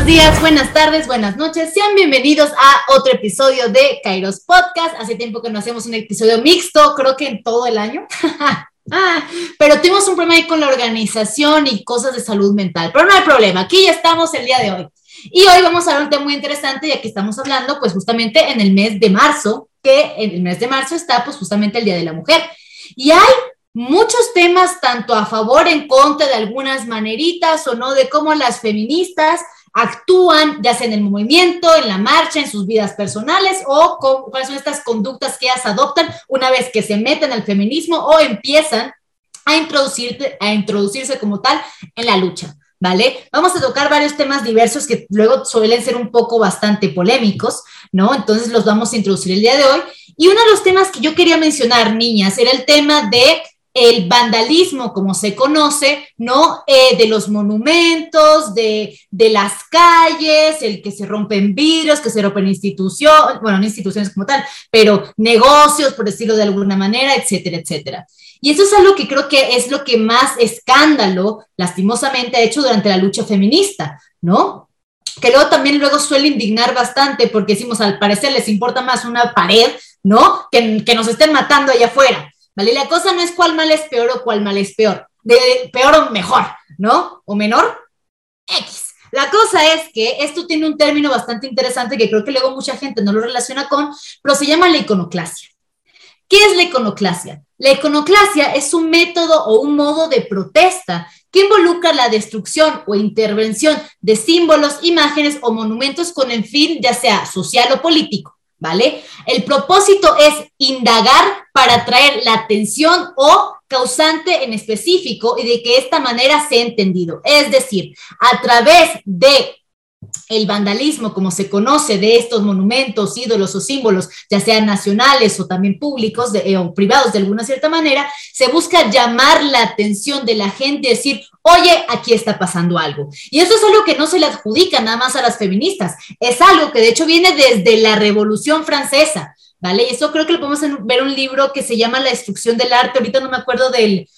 días, buenas tardes, buenas noches. Sean bienvenidos a otro episodio de Kairos Podcast. Hace tiempo que no hacemos un episodio mixto, creo que en todo el año. Pero tuvimos un problema ahí con la organización y cosas de salud mental. Pero no hay problema, aquí ya estamos el día de hoy. Y hoy vamos a hablar de un tema muy interesante, ya que estamos hablando pues justamente en el mes de marzo, que en el mes de marzo está pues justamente el Día de la Mujer. Y hay muchos temas, tanto a favor, en contra, de algunas maneritas o no, de cómo las feministas actúan, ya sea en el movimiento, en la marcha, en sus vidas personales, o cuáles son estas conductas que ellas adoptan una vez que se meten al feminismo o empiezan a introducirse como tal en la lucha, ¿vale? Vamos a tocar varios temas diversos que luego suelen ser un poco bastante polémicos, ¿no? Entonces los vamos a introducir el día de hoy. Y uno de los temas que yo quería mencionar, niñas, era el tema de el vandalismo, como se conoce, ¿no? De los monumentos, de las calles, el que se rompen vidrios, que se rompen instituciones, bueno, no instituciones como tal, pero negocios, por decirlo de alguna manera, etcétera, etcétera. Y eso es algo que creo que es lo que más escándalo, lastimosamente, ha hecho durante la lucha feminista, ¿no? Que luego suele indignar bastante porque decimos, al parecer les importa más una pared, ¿no? Que nos estén matando allá afuera. ¿Vale? La cosa no es cuál mal es peor o cuál mal es peor, peor o mejor, ¿no? O menor, X. La cosa es que esto tiene un término bastante interesante que creo que luego mucha gente no lo relaciona con, pero se llama la iconoclasia. ¿Qué es la iconoclasia? La iconoclasia es un método o un modo de protesta que involucra la destrucción o intervención de símbolos, imágenes o monumentos con el fin ya sea social o político, ¿vale? El propósito es indagar para atraer la atención o causante en específico y de que esta manera sea entendido. Es decir, a través de el vandalismo, como se conoce, de estos monumentos, ídolos o símbolos, ya sean nacionales o también públicos o privados de alguna cierta manera, se busca llamar la atención de la gente, decir, oye, aquí está pasando algo. Y eso es algo que no se le adjudica nada más a las feministas, es algo que de hecho viene desde la Revolución Francesa, ¿vale? Y eso creo que lo podemos ver un libro que se llama La destrucción del arte, ahorita no me acuerdo del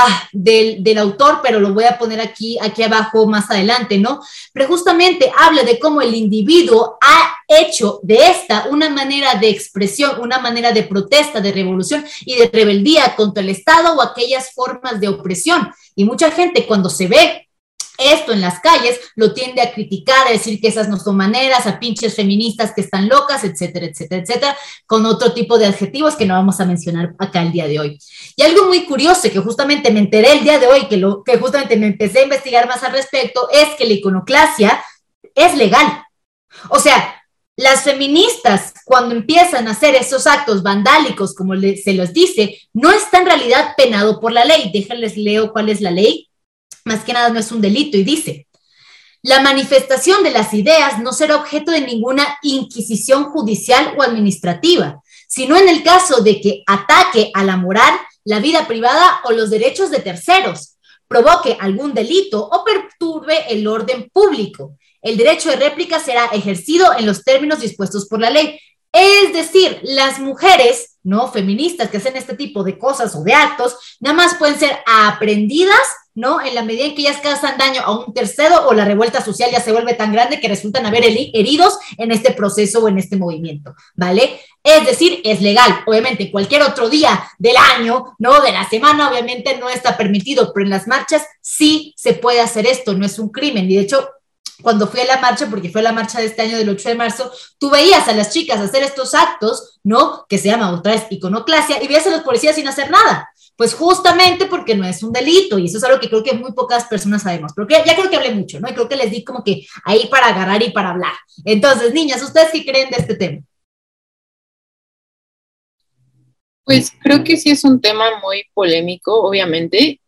autor, pero lo voy a poner aquí abajo más adelante, ¿no? Pero justamente habla de cómo el individuo ha hecho de esta una manera de expresión, una manera de protesta, de revolución y de rebeldía contra el Estado o aquellas formas de opresión. Y mucha gente cuando se ve esto en las calles lo tiende a criticar, a decir que esas no son maneras, a pinches feministas que están locas, etcétera, etcétera, etcétera, con otro tipo de adjetivos que no vamos a mencionar acá el día de hoy. Y algo muy curioso que justamente me enteré el día de hoy, que justamente me empecé a investigar más al respecto, es que la iconoclasia es legal. O sea, las feministas, cuando empiezan a hacer esos actos vandálicos, como se los dice, no está en realidad penado por la ley. Déjenles leo cuál es la ley. Más que nada no es un delito y dice, la manifestación de las ideas no será objeto de ninguna inquisición judicial o administrativa, sino en el caso de que ataque a la moral, la vida privada o los derechos de terceros, provoque algún delito o perturbe el orden público. El derecho de réplica será ejercido en los términos dispuestos por la ley. Es decir, las mujeres no feministas que hacen este tipo de cosas o de actos, nada más pueden ser aprehendidas, ¿no? En la medida en que ellas causan daño a un tercero o la revuelta social ya se vuelve tan grande que resultan haber heridos en este proceso o en este movimiento, ¿vale? Es decir, es legal. Obviamente, cualquier otro día del año, ¿no? De la semana, obviamente no está permitido, pero en las marchas sí se puede hacer esto, no es un crimen. Y de hecho, cuando fui a la marcha, porque fue la marcha de este año del 8 de marzo, tú veías a las chicas hacer estos actos, ¿no? Que se llama otra vez iconoclasia, y veías a los policías sin hacer nada. Pues justamente porque no es un delito, y eso es algo que creo que muy pocas personas sabemos. Pero ya creo que hablé mucho, ¿no? Y creo que les di como que ahí para agarrar y para hablar. Entonces, niñas, ¿ustedes qué creen de este tema? Pues creo que sí es un tema muy polémico, obviamente.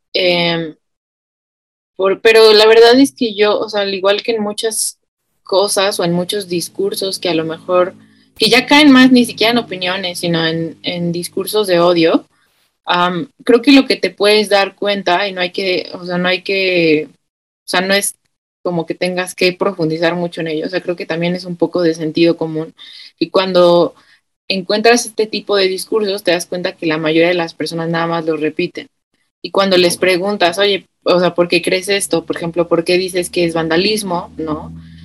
Pero la verdad es que yo, o sea, al igual que en muchas cosas o en muchos discursos que a lo mejor, que ya caen más ni siquiera en opiniones, sino en discursos de odio, creo que lo que te puedes dar cuenta, y no es como que tengas que profundizar mucho en ello, o sea, creo que también es un poco de sentido común, y cuando encuentras este tipo de discursos te das cuenta que la mayoría de las personas nada más lo repiten. Y cuando les preguntas, oye, o sea, ¿por qué crees esto? Por ejemplo, ¿por qué dices que es vandalismo? ¿No?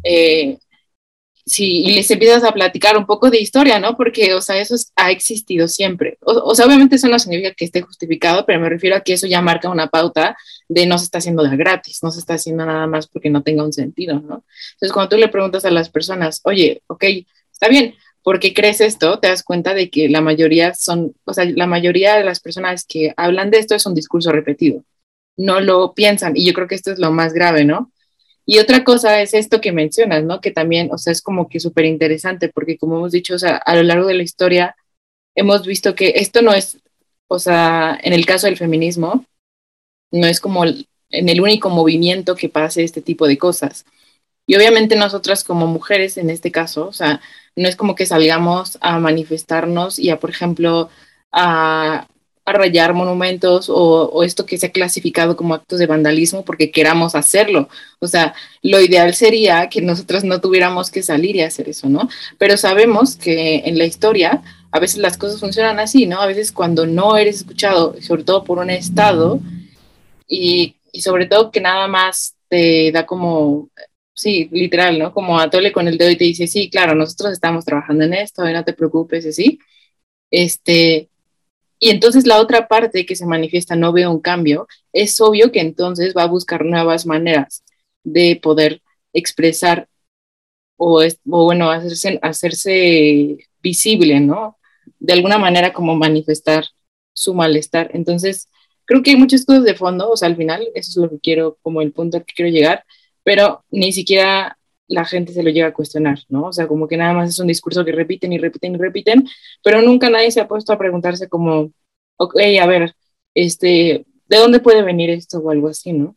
Sí, y les empiezas a platicar un poco de historia, ¿no? Porque, o sea, ha existido siempre. O sea, obviamente eso no significa que esté justificado, pero me refiero a que eso ya marca una pauta de no se está haciendo de gratis, no se está haciendo nada más porque no tenga un sentido, ¿no? Entonces, cuando tú le preguntas a las personas, oye, ok, está bien, ¿por qué crees esto? Te das cuenta de que la mayoría la mayoría de las personas que hablan de esto es un discurso repetido, no lo piensan, y yo creo que esto es lo más grave, ¿no? Y otra cosa es esto que mencionas, ¿no? Que también, o sea, es como que súper interesante, porque como hemos dicho, o sea, a lo largo de la historia hemos visto que esto no es, o sea, en el caso del feminismo, no es como en el único movimiento que pase este tipo de cosas. Y obviamente nosotras como mujeres, en este caso, o sea, no es como que salgamos a manifestarnos y a, por ejemplo, a, a rayar monumentos o esto que se ha clasificado como actos de vandalismo porque queramos hacerlo. O sea, lo ideal sería que nosotras no tuviéramos que salir y hacer eso, ¿no? Pero sabemos que en la historia a veces las cosas funcionan así, ¿no? A veces cuando no eres escuchado, sobre todo por un Estado, y sobre todo que nada más te da como, sí, literal, ¿no? Como atole con el dedo y te dice, sí, claro, nosotros estamos trabajando en esto, no te preocupes, así. Este, y entonces la otra parte que se manifiesta no veo un cambio, es obvio que entonces va a buscar nuevas maneras de poder expresar o bueno, hacerse visible, ¿no? De alguna manera como manifestar su malestar. Entonces, creo que hay muchas cosas de fondo, o sea, al final, eso es lo que quiero, como el punto al que quiero llegar, pero ni siquiera la gente se lo llega a cuestionar, ¿no? O sea, como que nada más es un discurso que repiten y repiten y repiten, pero nunca nadie se ha puesto a preguntarse como, ok, a ver, ¿de dónde puede venir esto o algo así, ¿no?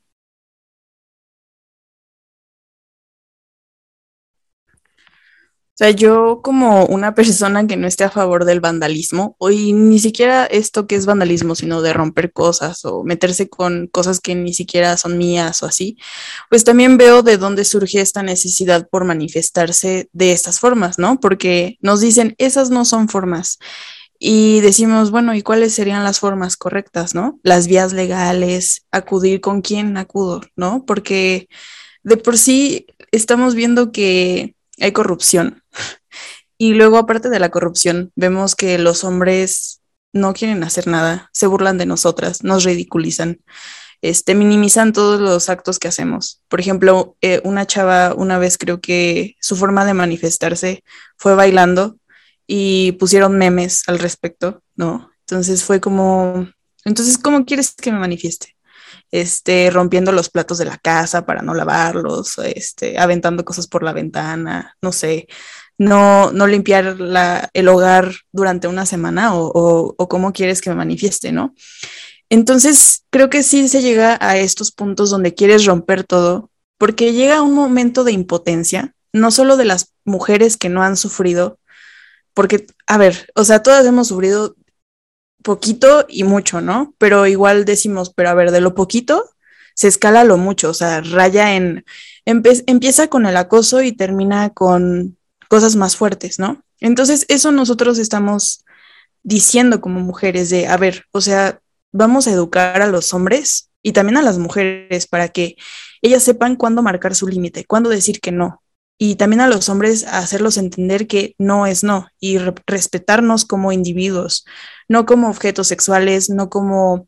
O sea, yo como una persona que no esté a favor del vandalismo, o y ni siquiera esto que es vandalismo, sino de romper cosas o meterse con cosas que ni siquiera son mías o así, pues también veo de dónde surge esta necesidad por manifestarse de estas formas, ¿no? Porque nos dicen, esas no son formas. Y decimos, bueno, ¿y cuáles serían las formas correctas, no? Las vías legales, acudir con quién acudo, ¿no? Porque de por sí estamos viendo que hay corrupción y luego, aparte de la corrupción, vemos que los hombres no quieren hacer nada, se burlan de nosotras, nos ridiculizan, minimizan todos los actos que hacemos. Por ejemplo, una chava una vez creo que su forma de manifestarse fue bailando y pusieron memes al respecto, ¿no? Entonces fue como, entonces, ¿cómo quieres que me manifieste? Rompiendo los platos de la casa para no lavarlos, aventando cosas por la ventana, no sé, no limpiar el hogar durante una semana o cómo quieres que me manifieste, ¿no? Entonces, creo que sí se llega a estos puntos donde quieres romper todo, porque llega un momento de impotencia, no solo de las mujeres que no han sufrido, porque, a ver, o sea, todas hemos sufrido poquito y mucho, ¿no? Pero igual decimos, pero a ver, de lo poquito se escala lo mucho, o sea, raya empieza con el acoso y termina con cosas más fuertes, ¿no? Entonces, eso nosotros estamos diciendo como mujeres de, a ver, o sea, vamos a educar a los hombres y también a las mujeres para que ellas sepan cuándo marcar su límite, cuándo decir que no. Y también a los hombres a hacerlos entender que no es no y respetarnos como individuos, no como objetos sexuales, no como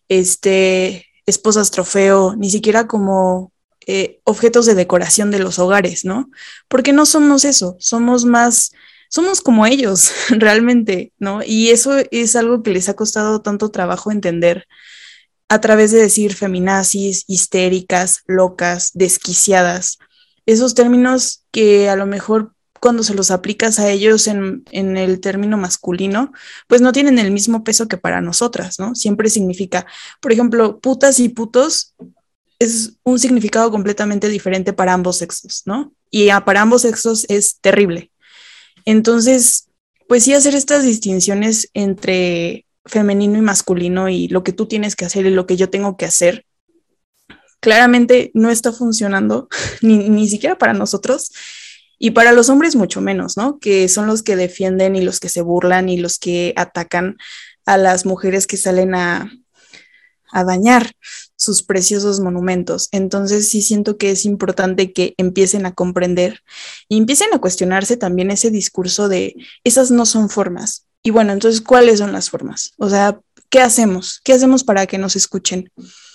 esposas trofeo, ni siquiera como objetos de decoración de los hogares, ¿no? Porque no somos eso, somos más, somos como ellos realmente, ¿no? Y eso es algo que les ha costado tanto trabajo entender a través de decir feminazis, histéricas, locas, desquiciadas, esos términos que a lo mejor cuando se los aplicas a ellos en el término masculino, pues no tienen el mismo peso que para nosotras, ¿no? Siempre significa, por ejemplo, putas y putos es un significado completamente diferente para ambos sexos, ¿no? Y para ambos sexos es terrible. Entonces, pues sí hacer estas distinciones entre femenino y masculino y lo que tú tienes que hacer y lo que yo tengo que hacer, claramente no está funcionando, ni siquiera para nosotros, y para los hombres mucho menos, ¿no? Que son los que defienden y los que se burlan y los que atacan a las mujeres que salen a dañar sus preciosos monumentos. Entonces sí siento que es importante que empiecen a comprender y empiecen a cuestionarse también ese discurso de esas no son formas. Y bueno, entonces, ¿cuáles son las formas? O sea, ¿qué hacemos? ¿Qué hacemos para que nos escuchen?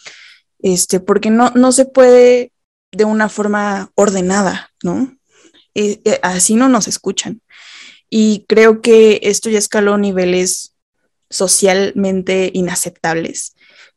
Porque no se puede de una forma ordenada, ¿no? Así no nos escuchan. Y creo que esto ya escaló a niveles socialmente inaceptables,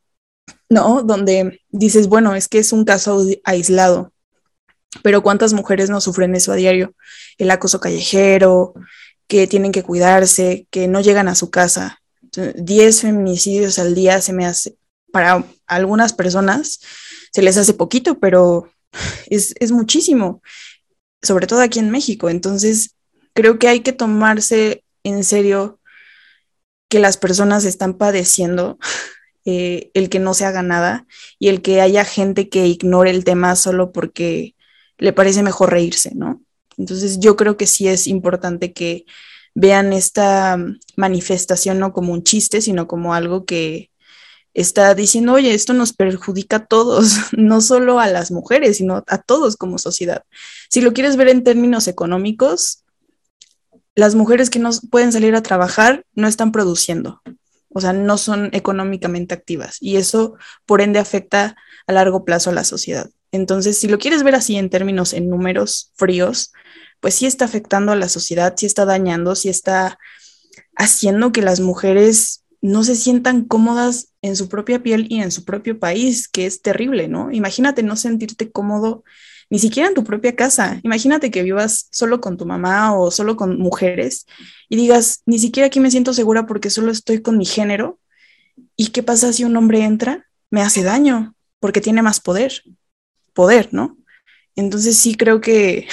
¿no? Donde dices, bueno, es que es un caso aislado, pero ¿cuántas mujeres no sufren eso a diario? El acoso callejero, que tienen que cuidarse, que no llegan a su casa. 10 feminicidios al día se me hace, para algunas personas se les hace poquito, pero es muchísimo, sobre todo aquí en México. Entonces, creo que hay que tomarse en serio que las personas están padeciendo el que no se haga nada y el que haya gente que ignore el tema solo porque le parece mejor reírse, ¿no? Entonces yo creo que sí es importante que vean esta manifestación no como un chiste, sino como algo que está diciendo, oye, esto nos perjudica a todos, no solo a las mujeres, sino a todos como sociedad. Si lo quieres ver en términos económicos, las mujeres que no pueden salir a trabajar no están produciendo, o sea, no son económicamente activas y eso por ende afecta a largo plazo a la sociedad. Entonces, si lo quieres ver así en términos, en números fríos, pues sí está afectando a la sociedad, sí está dañando, sí está haciendo que las mujeres no se sientan cómodas en su propia piel y en su propio país, que es terrible, ¿no? Imagínate no sentirte cómodo ni siquiera en tu propia casa. Imagínate que vivas solo con tu mamá o solo con mujeres y digas, ni siquiera aquí me siento segura porque solo estoy con mi género. ¿Y qué pasa si un hombre entra? Me hace daño porque tiene más poder, ¿no? Entonces sí creo que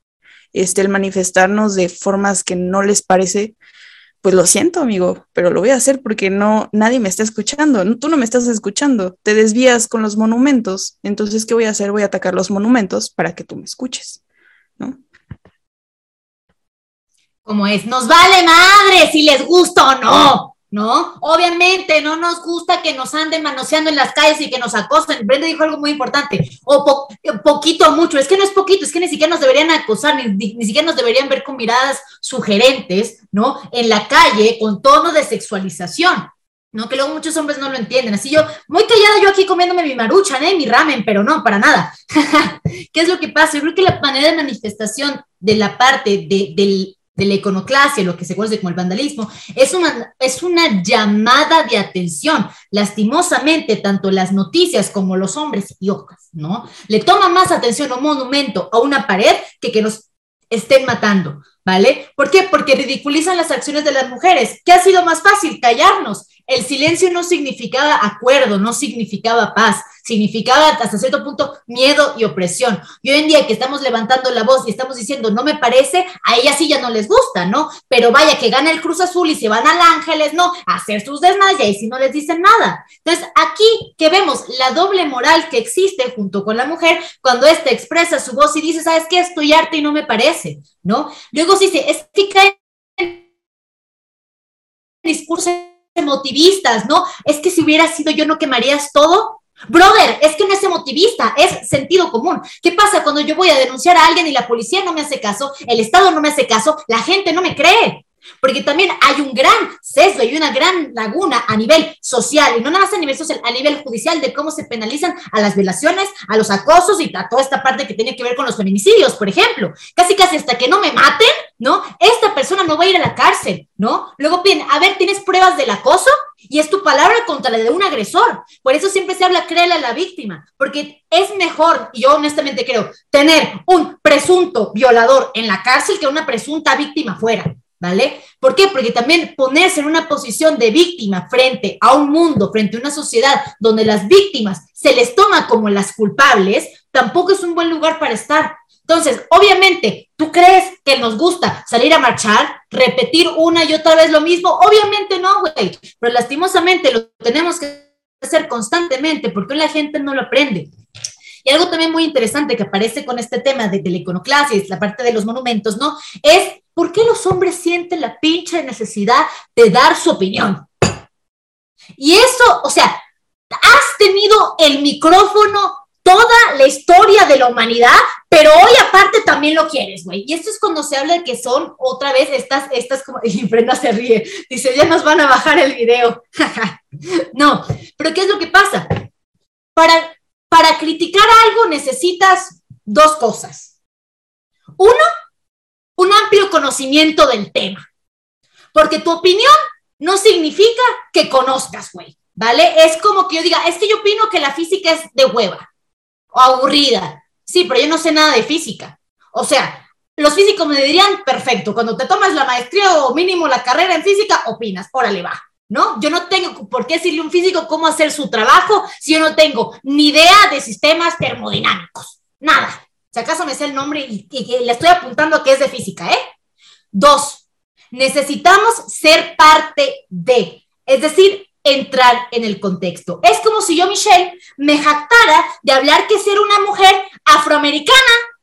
el manifestarnos de formas que no les parece, pues lo siento, amigo, pero lo voy a hacer porque nadie me está escuchando, tú no me estás escuchando, te desvías con los monumentos, entonces, ¿qué voy a hacer? Voy a atacar los monumentos para que tú me escuches, ¿no? Como es, nos vale madre si les gusta o no, ¿no? Obviamente no nos gusta que nos anden manoseando en las calles y que nos acosen. Brenda dijo algo muy importante, o poquito o mucho, es que no es poquito, es que ni siquiera nos deberían acosar, ni siquiera nos deberían ver con miradas sugerentes, ¿no? En la calle, con tono de sexualización, ¿no? Que luego muchos hombres no lo entienden. Así yo, muy callada yo aquí comiéndome mi maruchan, mi ramen, pero no, para nada. ¿Qué es lo que pasa? Yo creo que la manera de manifestación de la parte de la iconoclasia, lo que se conoce como el vandalismo, es una llamada de atención. Lastimosamente, tanto las noticias como los hombres idiotas, ¿no? Le toman más atención a un monumento, a una pared, que nos estén matando, ¿vale? ¿Por qué? Porque ridiculizan las acciones de las mujeres. ¿Qué ha sido más fácil? Callarnos. El silencio no significaba acuerdo, no significaba paz, significaba hasta cierto punto miedo y opresión. Y hoy en día que estamos levantando la voz y estamos diciendo no me parece, a ellas sí ya no les gusta, ¿no? Pero vaya que gana el Cruz Azul y se van al Ángeles, ¿no? A hacer sus desmadres y ahí sí no les dicen nada. Entonces aquí que vemos la doble moral que existe junto con la mujer cuando ésta expresa su voz y dice, ¿sabes qué? Estoy harta y no me parece, ¿no? Luego sí dice, es que cae en discursos emotivistas, ¿no? Es que si hubiera sido yo no quemarías todo. Brother, es que no es emotivista, es sentido común. ¿Qué pasa cuando yo voy a denunciar a alguien y la policía no me hace caso, el Estado no me hace caso, la gente no me cree? Porque también hay un gran sesgo y una gran laguna a nivel social, y no nada más a nivel social, a nivel judicial, de cómo se penalizan a las violaciones, a los acosos y a toda esta parte que tiene que ver con los feminicidios, por ejemplo. Casi hasta que no me maten, ¿no? Esta persona no va a ir a la cárcel, ¿no? Luego piden, a ver, ¿tienes pruebas del acoso? Y es tu palabra contra la de un agresor. Por eso siempre se habla, créele a la víctima, porque es mejor, y yo honestamente creo, tener un presunto violador en la cárcel que una presunta víctima fuera, ¿vale? ¿Por qué? Porque también ponerse en una posición de víctima frente a un mundo, frente a una sociedad donde las víctimas se les toma como las culpables, tampoco es un buen lugar para estar. Entonces, obviamente, ¿tú crees que nos gusta salir a marchar, repetir una y otra vez lo mismo? Obviamente no, güey, pero lastimosamente lo tenemos que hacer constantemente porque la gente no lo aprende. Y algo también muy interesante que aparece con este tema de la iconoclasia y la parte de los monumentos, ¿no? Es ¿por qué los hombres sienten la pinche necesidad de dar su opinión? Y eso, o sea, has tenido el micrófono toda la historia de la humanidad, pero hoy aparte también lo quieres, güey. Y esto es cuando se habla de que son otra vez estas como, y Brenda se ríe, dice, ya nos van a bajar el video. No, pero ¿qué es lo que pasa? Para criticar algo necesitas dos cosas. Uno, un amplio conocimiento del tema, porque tu opinión no significa que conozcas, güey, ¿vale? Es como que yo diga, es que yo opino que la física es de hueva o aburrida. Sí, pero yo no sé nada de física. O sea, los físicos me dirían, perfecto, cuando te tomas la maestría o mínimo la carrera en física, opinas, órale, va, ¿no? Yo no tengo por qué decirle a un físico cómo hacer su trabajo si yo no tengo ni idea de sistemas termodinámicos. Nada. Si acaso me sé el nombre y le estoy apuntando que es de física, ¿eh? Dos, necesitamos ser parte de, es decir, entrar en el contexto. Es como si yo, Michelle, me jactara de hablar que ser una mujer afroamericana.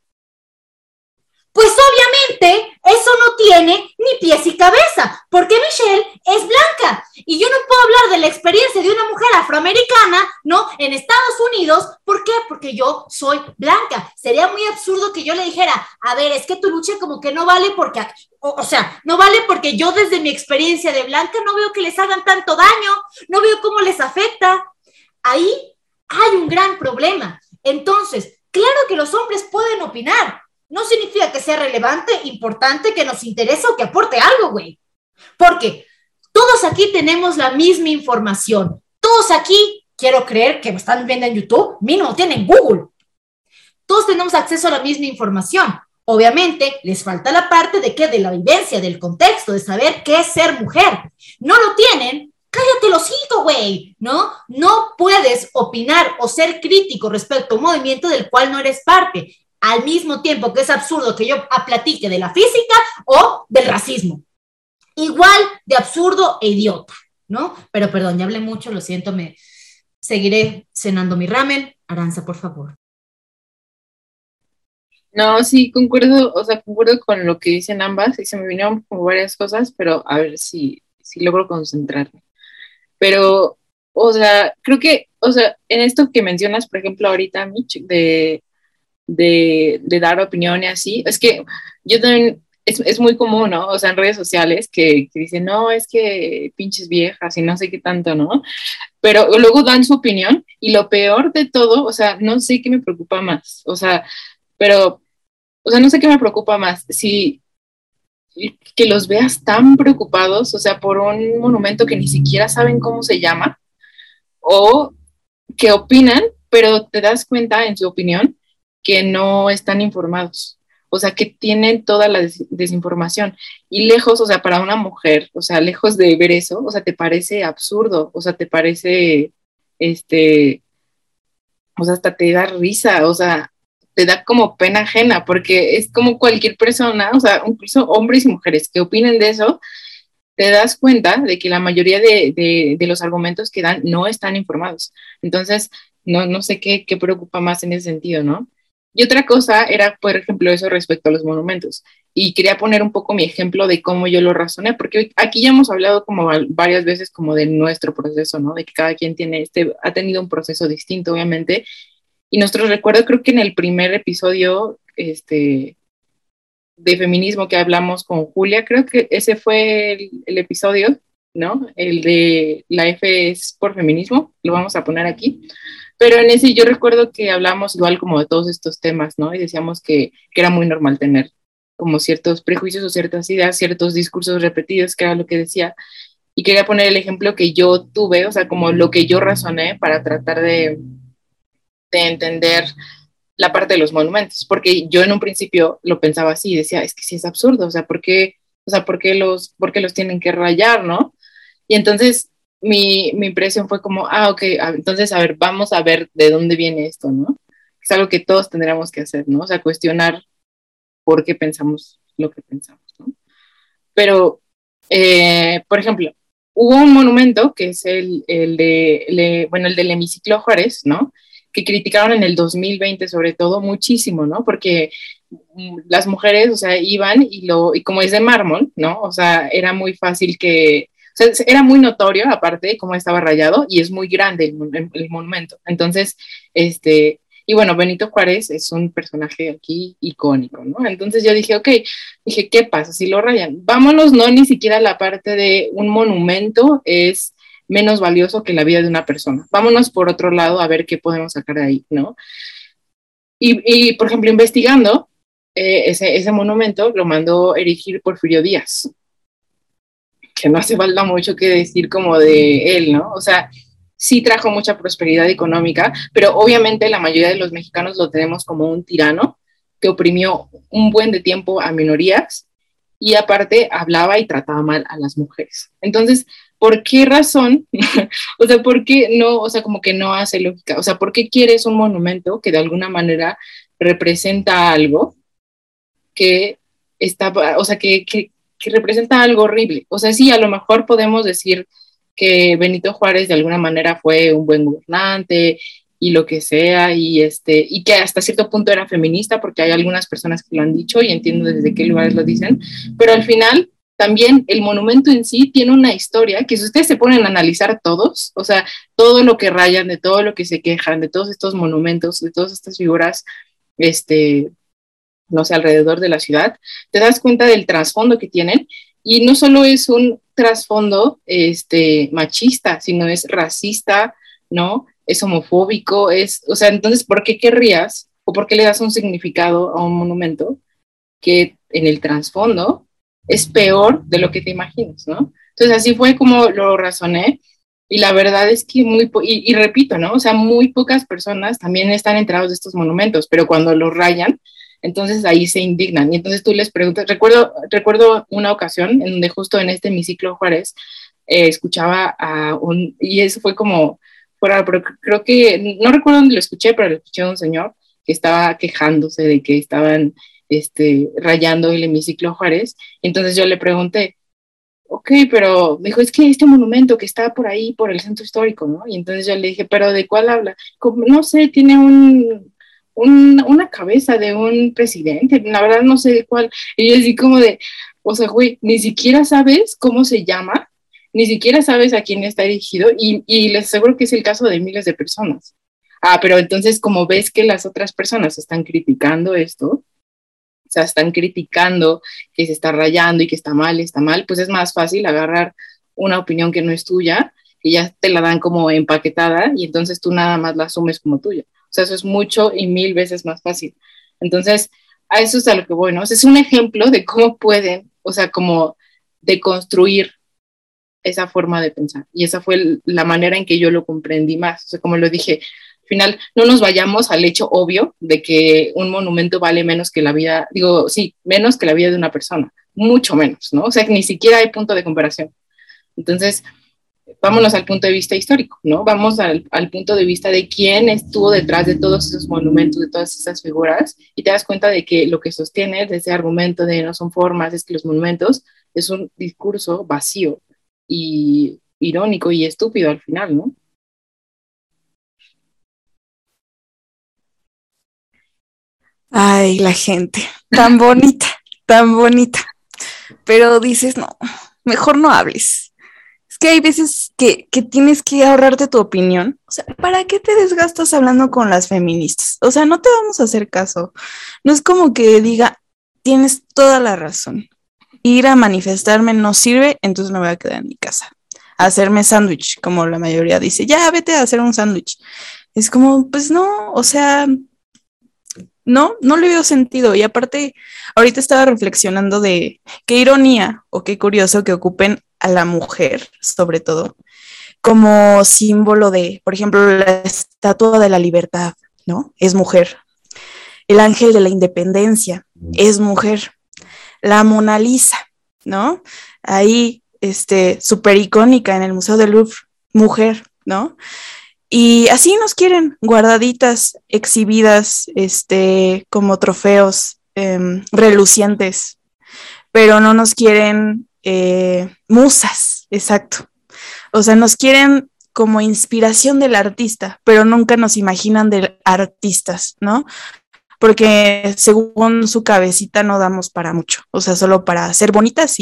Pues obviamente eso no tiene ni pies y cabeza, porque Michelle es blanca y yo no puedo hablar de la experiencia de una mujer afroamericana, ¿no? En Estados Unidos. ¿Por qué? Porque yo soy blanca. Sería muy absurdo que yo le dijera, a ver, es que tu lucha como que no vale porque, o sea, no vale porque yo desde mi experiencia de blanca no veo que les hagan tanto daño, no veo cómo les afecta. Ahí hay un gran problema. Entonces, claro que los hombres pueden opinar. No significa que sea relevante, importante, que nos interese o que aporte algo, güey. Porque todos aquí tenemos la misma información. Todos aquí, quiero creer que me están viendo en YouTube, mínimo tienen Google. Todos tenemos acceso a la misma información. Obviamente, les falta la parte de la vivencia, del contexto, de saber qué es ser mujer. No lo tienen, cállate el hocico, güey, ¿no? No puedes opinar o ser crítico respecto a un movimiento del cual no eres parte. Al mismo tiempo que es absurdo que yo platique de la física o del racismo. Igual de absurdo e idiota, ¿no? Pero perdón, ya hablé mucho, lo siento, me seguiré cenando mi ramen. Aranza, por favor. No, sí, concuerdo, o sea, concuerdo con lo que dicen ambas y se me vinieron como varias cosas, pero a ver si logro concentrarme. Pero, o sea, creo que, o sea, en esto que mencionas, por ejemplo, ahorita, Mitch, de dar opinión y así, es que yo también, es muy común, ¿no? O sea, en redes sociales que dicen, no, es que pinches viejas y no sé qué tanto, ¿no? Pero luego dan su opinión y lo peor de todo, o sea, no sé qué me preocupa más, o sea, pero, o sea, no sé qué me preocupa más, si que los veas tan preocupados, o sea, por un monumento que ni siquiera saben cómo se llama, o que opinan, pero te das cuenta en su opinión que no están informados, o sea, que tienen toda la desinformación. Y lejos, o sea, para una mujer, o sea, lejos de ver eso, o sea, te parece absurdo, o sea, te parece, o sea, hasta te da risa, o sea, te da como pena ajena, porque es como cualquier persona, o sea, incluso hombres y mujeres que opinen de eso, te das cuenta de que la mayoría de los argumentos que dan no están informados. Entonces, no sé qué preocupa más en ese sentido, ¿no? Y otra cosa era, por ejemplo, eso respecto a los monumentos. Y quería poner un poco mi ejemplo de cómo yo lo razoné, porque aquí ya hemos hablado como varias veces como de nuestro proceso, ¿no? De que cada quien ha tenido un proceso distinto, obviamente. Y nuestro recuerdo, creo que en el primer episodio, de feminismo que hablamos con Julia, creo que ese fue el episodio, ¿no? El de la F es por feminismo, lo vamos a poner aquí. Pero en ese yo recuerdo que hablamos igual como de todos estos temas, ¿no? Y decíamos que era muy normal tener como ciertos prejuicios o ciertas ideas, ciertos discursos repetidos, que era lo que decía. Y quería poner el ejemplo que yo tuve, o sea, como lo que yo razoné para tratar de entender la parte de los monumentos, porque yo en un principio lo pensaba así, decía, es que sí es absurdo, o sea, ¿por qué los tienen que rayar, no? Y entonces mi impresión fue como, ok, entonces, a ver, vamos a ver de dónde viene esto, ¿no? Es algo que todos tendríamos que hacer, ¿no? O sea, cuestionar por qué pensamos lo que pensamos, ¿no? Pero, por ejemplo, hubo un monumento que es el del hemiciclo Juárez, ¿no? Que criticaron en el 2020 sobre todo muchísimo, ¿no? Porque las mujeres, o sea, iban y como es de mármol, ¿no? O sea, era muy fácil que, sea, era muy notorio, aparte, cómo estaba rayado, y es muy grande el monumento. Entonces, y bueno, Benito Juárez es un personaje aquí icónico, ¿no? Entonces yo dije, ok, dije, ¿qué pasa si lo rayan? Vámonos, no ni siquiera la parte de un monumento es menos valioso que la vida de una persona. Vámonos por otro lado a ver qué podemos sacar de ahí, ¿no? Y por ejemplo, investigando, ese monumento lo mandó erigir Porfirio Díaz, que no hace falta mucho que decir como de él, ¿no? O sea, sí trajo mucha prosperidad económica, pero obviamente la mayoría de los mexicanos lo tenemos como un tirano que oprimió un buen de tiempo a minorías y aparte hablaba y trataba mal a las mujeres. Entonces, ¿por qué razón? O sea, ¿por qué no? O sea, como que no hace lógica. O sea, ¿por qué quieres un monumento que de alguna manera representa algo que está, o sea, que representa algo horrible? O sea, sí, a lo mejor podemos decir que Benito Juárez de alguna manera fue un buen gobernante y lo que sea, y que hasta cierto punto era feminista, porque hay algunas personas que lo han dicho y entiendo desde qué lugares lo dicen, pero al final también el monumento en sí tiene una historia que si ustedes se ponen a analizar todos, o sea, todo lo que rayan, de todo lo que se quejan, de todos estos monumentos, de todas estas figuras, no sé, alrededor de la ciudad, te das cuenta del trasfondo que tienen, y no solo es un trasfondo machista, sino es racista, ¿no? Es homofóbico, o sea, entonces, ¿por qué querrías o por qué le das un significado a un monumento que en el trasfondo es peor de lo que te imaginas, ¿no? Entonces, así fue como lo razoné, y la verdad es que y repito, ¿no? O sea, muy pocas personas también están enterados de estos monumentos, pero cuando los rayan, entonces ahí se indignan. Y entonces tú les preguntas, recuerdo una ocasión en donde justo en este hemiciclo Juárez escuchaba y eso fue como, pero creo que, no recuerdo dónde lo escuché, pero lo escuché a un señor que estaba quejándose de que estaban rayando el hemiciclo Juárez. Y entonces yo le pregunté, ok, pero me dijo, es que este monumento que está por ahí, por el centro histórico, ¿no? Y entonces yo le dije, ¿pero de cuál habla? Como, no sé, tiene una cabeza de un presidente, la verdad no sé de cuál. Y yo así como de, o sea, güey, ni siquiera sabes cómo se llama, ni siquiera sabes a quién está dirigido, y les aseguro que es el caso de miles de personas. Pero entonces, como ves que las otras personas están criticando esto, o sea, están criticando que se está rayando y que está mal, pues es más fácil agarrar una opinión que no es tuya, que ya te la dan como empaquetada, y entonces tú nada más la asumes como tuya. O sea, eso es mucho y 1000 veces más fácil. Entonces, a eso es a lo que voy, ¿no? O sea, es un ejemplo de cómo pueden, o sea, como deconstruir esa forma de pensar. Y esa fue la manera en que yo lo comprendí más. O sea, como lo dije, al final no nos vayamos al hecho obvio de que un monumento vale menos que la vida, digo, sí, menos que la vida de una persona, mucho menos, ¿no? O sea, que ni siquiera hay punto de comparación. Entonces, vámonos al punto de vista histórico, ¿no? Vamos al punto de vista de quién estuvo detrás de todos esos monumentos, de todas esas figuras, y te das cuenta de que lo que sostiene de ese argumento de no son formas, es que los monumentos es un discurso vacío y irónico y estúpido al final, ¿no? Ay, la gente, tan bonita, tan bonita. Pero dices, no, mejor no hables. Es que hay veces que tienes que ahorrarte tu opinión. O sea, ¿para qué te desgastas hablando con las feministas? O sea, no te vamos a hacer caso. No es como que diga, tienes toda la razón. Ir a manifestarme no sirve, entonces me voy a quedar en mi casa. A hacerme sándwich, como la mayoría dice, ya vete a hacer un sándwich. Es como, pues no, o sea, no le veo sentido. Y aparte, ahorita estaba reflexionando de qué ironía o qué curioso que ocupen a la mujer, sobre todo, como símbolo de, por ejemplo, la estatua de la libertad, ¿no? Es mujer. El ángel de la independencia es mujer. La Mona Lisa, ¿no? Ahí, súper icónica en el Museo del Louvre, mujer, ¿no? Y así nos quieren, guardaditas, exhibidas, como trofeos relucientes, pero no nos quieren musas, exacto. O sea, nos quieren como inspiración del artista, pero nunca nos imaginan de artistas, ¿no? Porque según su cabecita no damos para mucho, o sea, solo para ser bonitas y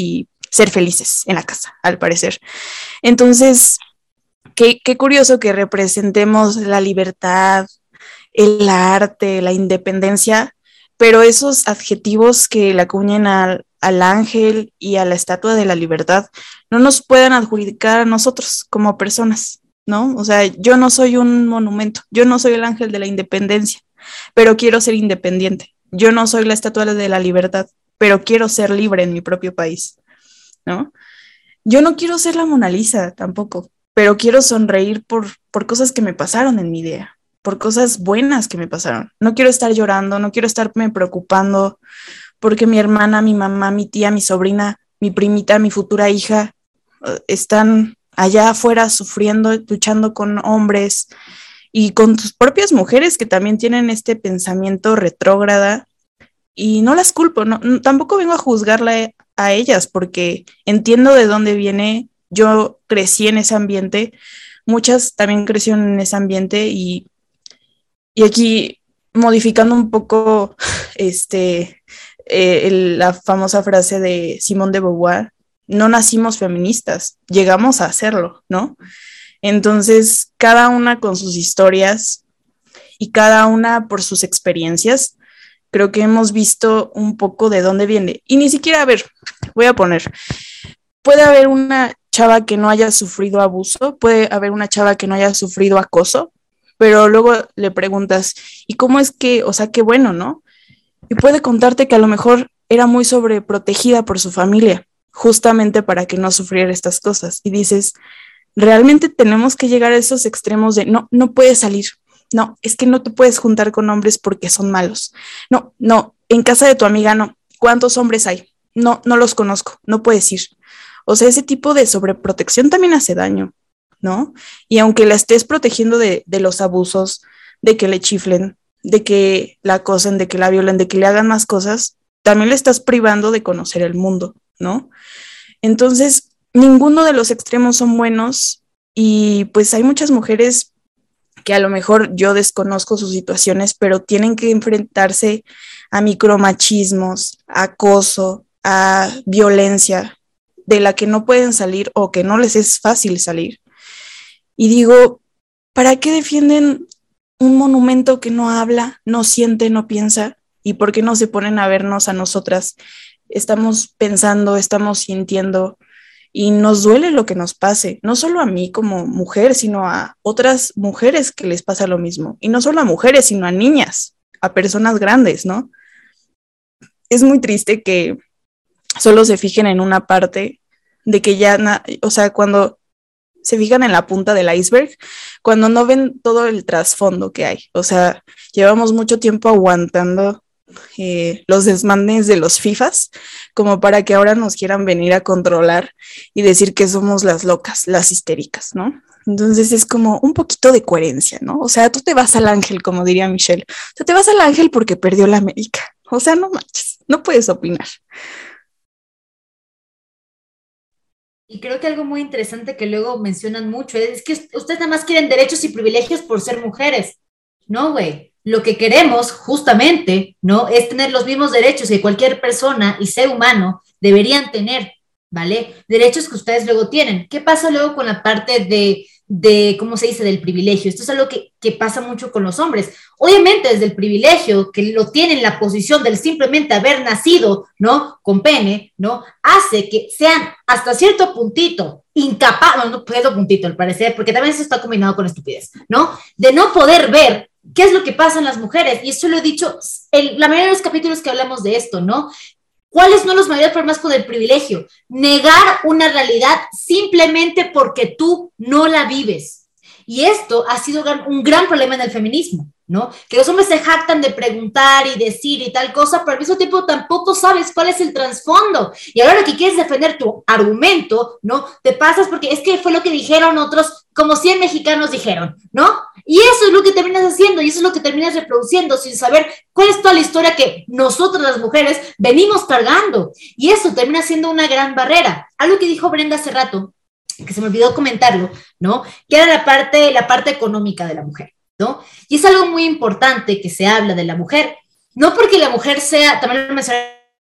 ser felices en la casa, al parecer. Entonces, qué curioso que representemos la libertad, el arte, la independencia, pero esos adjetivos que le acuñen al ángel y a la estatua de la libertad no nos puedan adjudicar a nosotros como personas, ¿no? O sea, yo no soy un monumento, yo no soy el ángel de la independencia, pero quiero ser independiente. Yo no soy la estatua de la libertad, pero quiero ser libre en mi propio país, ¿no? Yo no quiero ser la Mona Lisa tampoco, pero quiero sonreír por cosas que me pasaron en mi día, por cosas buenas que me pasaron. No quiero estar llorando, no quiero estarme preocupando porque mi hermana, mi mamá, mi tía, mi sobrina, mi primita, mi futura hija están allá afuera sufriendo, luchando con hombres y con tus propias mujeres que también tienen este pensamiento retrógrada, y no las culpo, tampoco vengo a juzgarla a ellas porque entiendo de dónde viene. Yo crecí en ese ambiente, muchas también crecieron en ese ambiente, y aquí modificando un poco la famosa frase de Simone de Beauvoir: no nacimos feministas, llegamos a hacerlo, ¿no? Entonces, cada una con sus historias y cada una por sus experiencias, creo que hemos visto un poco de dónde viene. Y ni siquiera, a ver, voy a poner, puede haber una chava que no haya sufrido abuso, puede haber una chava que no haya sufrido acoso, pero luego le preguntas, ¿y cómo es que, o sea, qué bueno, ¿no? Y puede contarte que a lo mejor era muy sobreprotegida por su familia, justamente para que no sufriera estas cosas. Y dices, realmente tenemos que llegar a esos extremos de no puedes salir, no, es que no te puedes juntar con hombres porque son malos, no, en casa de tu amiga no, ¿cuántos hombres hay? No los conozco, no puedes ir. O sea, ese tipo de sobreprotección también hace daño, ¿no? Y aunque la estés protegiendo de los abusos, de que le chiflen, de que la acosen, de que la violen, de que le hagan más cosas, también le estás privando de conocer el mundo, ¿no? Entonces, ninguno de los extremos son buenos, y pues hay muchas mujeres que a lo mejor yo desconozco sus situaciones, pero tienen que enfrentarse a micromachismos, a acoso, a violencia de la que no pueden salir o que no les es fácil salir. Y digo, ¿para qué defienden un monumento que no habla, no siente, no piensa? ¿Y por qué no se ponen a vernos a nosotras? Estamos pensando, estamos sintiendo, y nos duele lo que nos pase, no solo a mí como mujer, sino a otras mujeres que les pasa lo mismo. Y no solo a mujeres, sino a niñas, a personas grandes, ¿no? Es muy triste que solo se fijen en una parte, de que ya, o sea, cuando se fijan en la punta del iceberg, cuando no ven todo el trasfondo que hay. O sea, llevamos mucho tiempo aguantando los desmanes de los FIFAs, como para que ahora nos quieran venir a controlar y decir que somos las locas, las histéricas, ¿no? Entonces es como un poquito de coherencia, ¿no? O sea, tú te vas al ángel, como diría Michelle. O sea, te vas al ángel porque perdió la América. O sea, no manches, no puedes opinar. Y creo que algo muy interesante que luego mencionan mucho es que ustedes nada más quieren derechos y privilegios por ser mujeres. No, güey. Lo que queremos justamente, ¿no? Es tener los mismos derechos que cualquier persona y ser humano deberían tener, ¿vale? Derechos que ustedes luego tienen. ¿Qué pasa luego con la parte ¿cómo se dice?, del privilegio? Esto es algo que pasa mucho con los hombres. Obviamente desde el privilegio, que lo tienen la posición del simplemente haber nacido, ¿no?, con pene, ¿no?, hace que sean hasta cierto puntito incapaz, no, cierto puntito al parecer, porque también eso está combinado con estupidez, ¿no?, de no poder ver qué es lo que pasa en las mujeres. Y eso lo he dicho la mayoría de los capítulos que hablamos de esto, ¿no? ¿Cuáles son los mayores problemas con el privilegio? Negar una realidad simplemente porque tú no la vives. Y esto ha sido un gran problema en el feminismo, ¿no? Que los hombres se jactan de preguntar y decir y tal cosa, pero al mismo tiempo tampoco sabes cuál es el trasfondo. Y ahora que quieres defender tu argumento, ¿no?, te pasas porque es que fue lo que dijeron otros, como 100 mexicanos dijeron, ¿no? Y eso es lo que terminas haciendo, y eso es lo que terminas reproduciendo sin saber cuál es toda la historia que nosotras las mujeres venimos cargando. Y eso termina siendo una gran barrera. Algo que dijo Brenda hace rato, que se me olvidó comentarlo, ¿no?, que era la parte económica de la mujer, ¿no? Y es algo muy importante que se habla de la mujer, no porque la mujer sea, también lo mencioné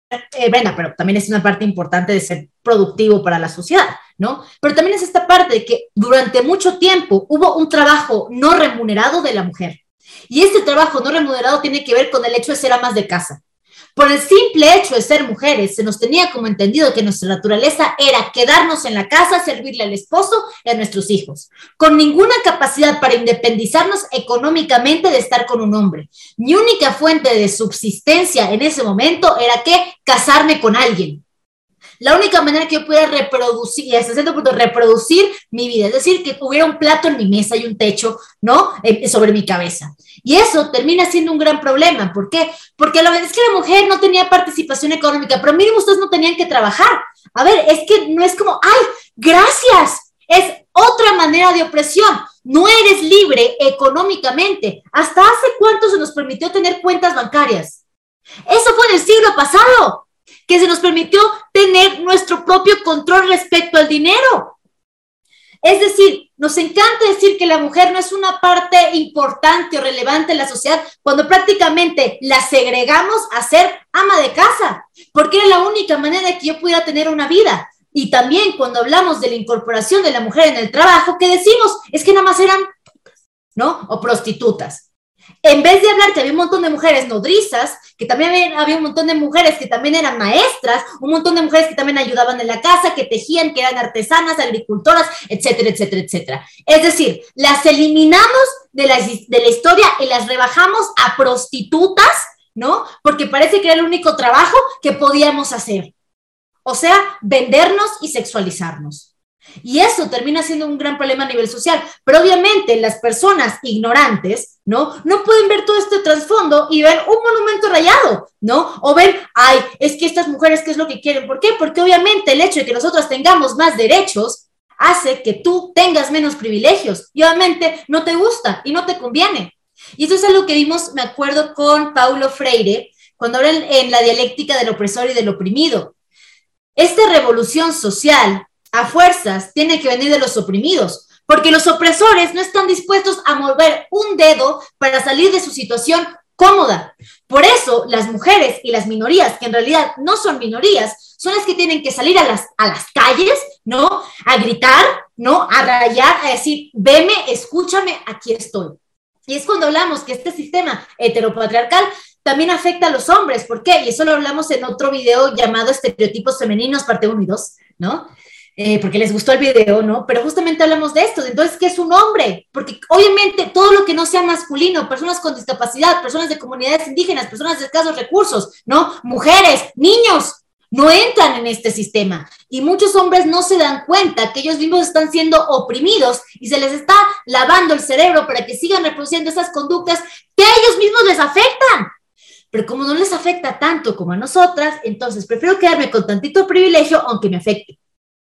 Brenda, pero también es una parte importante de ser productivo para la sociedad, ¿no? Pero también es esta parte de que durante mucho tiempo hubo un trabajo no remunerado de la mujer. Y este trabajo no remunerado tiene que ver con el hecho de ser amas de casa. Por el simple hecho de ser mujeres, se nos tenía como entendido que nuestra naturaleza era quedarnos en la casa, servirle al esposo y a nuestros hijos, con ninguna capacidad para independizarnos económicamente de estar con un hombre. Mi única fuente de subsistencia en ese momento era que casarme con alguien. La única manera que yo pudiera reproducir, y hasta cierto punto reproducir mi vida, es decir, que hubiera un plato en mi mesa y un techo, ¿no? Sobre mi cabeza. Y eso termina siendo un gran problema. ¿Por qué? Porque a la vez es que la mujer no tenía participación económica, pero miren, ustedes no tenían que trabajar. A ver, es que no es como, ¡ay, gracias! Es otra manera de opresión. No eres libre económicamente. ¿Hasta hace cuánto se nos permitió tener cuentas bancarias? Eso fue en el siglo pasado, que se nos permitió tener nuestro propio control respecto al dinero. Es decir, nos encanta decir que la mujer no es una parte importante o relevante en la sociedad cuando prácticamente la segregamos a ser ama de casa, porque era la única manera de que yo pudiera tener una vida. Y también cuando hablamos de la incorporación de la mujer en el trabajo, ¿qué decimos? Es que nada más eran, ¿no? O prostitutas. En vez de hablar que había un montón de mujeres nodrizas, que también había un montón de mujeres que también eran maestras, un montón de mujeres que también ayudaban en la casa, que tejían, que eran artesanas, agricultoras, etcétera, etcétera, etcétera. Es decir, las eliminamos de la historia y las rebajamos a prostitutas, ¿no? Porque parece que era el único trabajo que podíamos hacer. O sea, vendernos y sexualizarnos. Y eso termina siendo un gran problema a nivel social. Pero obviamente las personas ignorantes, ¿no? No pueden ver todo este trasfondo y ven un monumento rayado, ¿no? O ven, ay, es que estas mujeres, ¿qué es lo que quieren? ¿Por qué? Porque obviamente el hecho de que nosotros tengamos más derechos hace que tú tengas menos privilegios. Y obviamente no te gusta y no te conviene. Y eso es algo que vimos, me acuerdo, con Paulo Freire, cuando habla en la dialéctica del opresor y del oprimido. Esta revolución social a fuerzas tiene que venir de los oprimidos, porque los opresores no están dispuestos a mover un dedo para salir de su situación cómoda. Por eso las mujeres y las minorías, que en realidad no son minorías, son las que tienen que salir a las calles, ¿no? A gritar, ¿no? A rayar, a decir, veme, escúchame, aquí estoy. Y es cuando hablamos que este sistema heteropatriarcal también afecta a los hombres. ¿Por qué? Y eso lo hablamos en otro video llamado Estereotipos Femeninos, parte 1 y 2, ¿no? Porque les gustó el video, ¿no? Pero justamente hablamos de esto. Entonces, ¿qué es un hombre? Porque obviamente todo lo que no sea masculino, personas con discapacidad, personas de comunidades indígenas, personas de escasos recursos, ¿no? Mujeres, niños, no entran en este sistema. Y muchos hombres no se dan cuenta que ellos mismos están siendo oprimidos y se les está lavando el cerebro para que sigan reproduciendo esas conductas que a ellos mismos les afectan. Pero como no les afecta tanto como a nosotras, entonces prefiero quedarme con tantito privilegio aunque me afecte.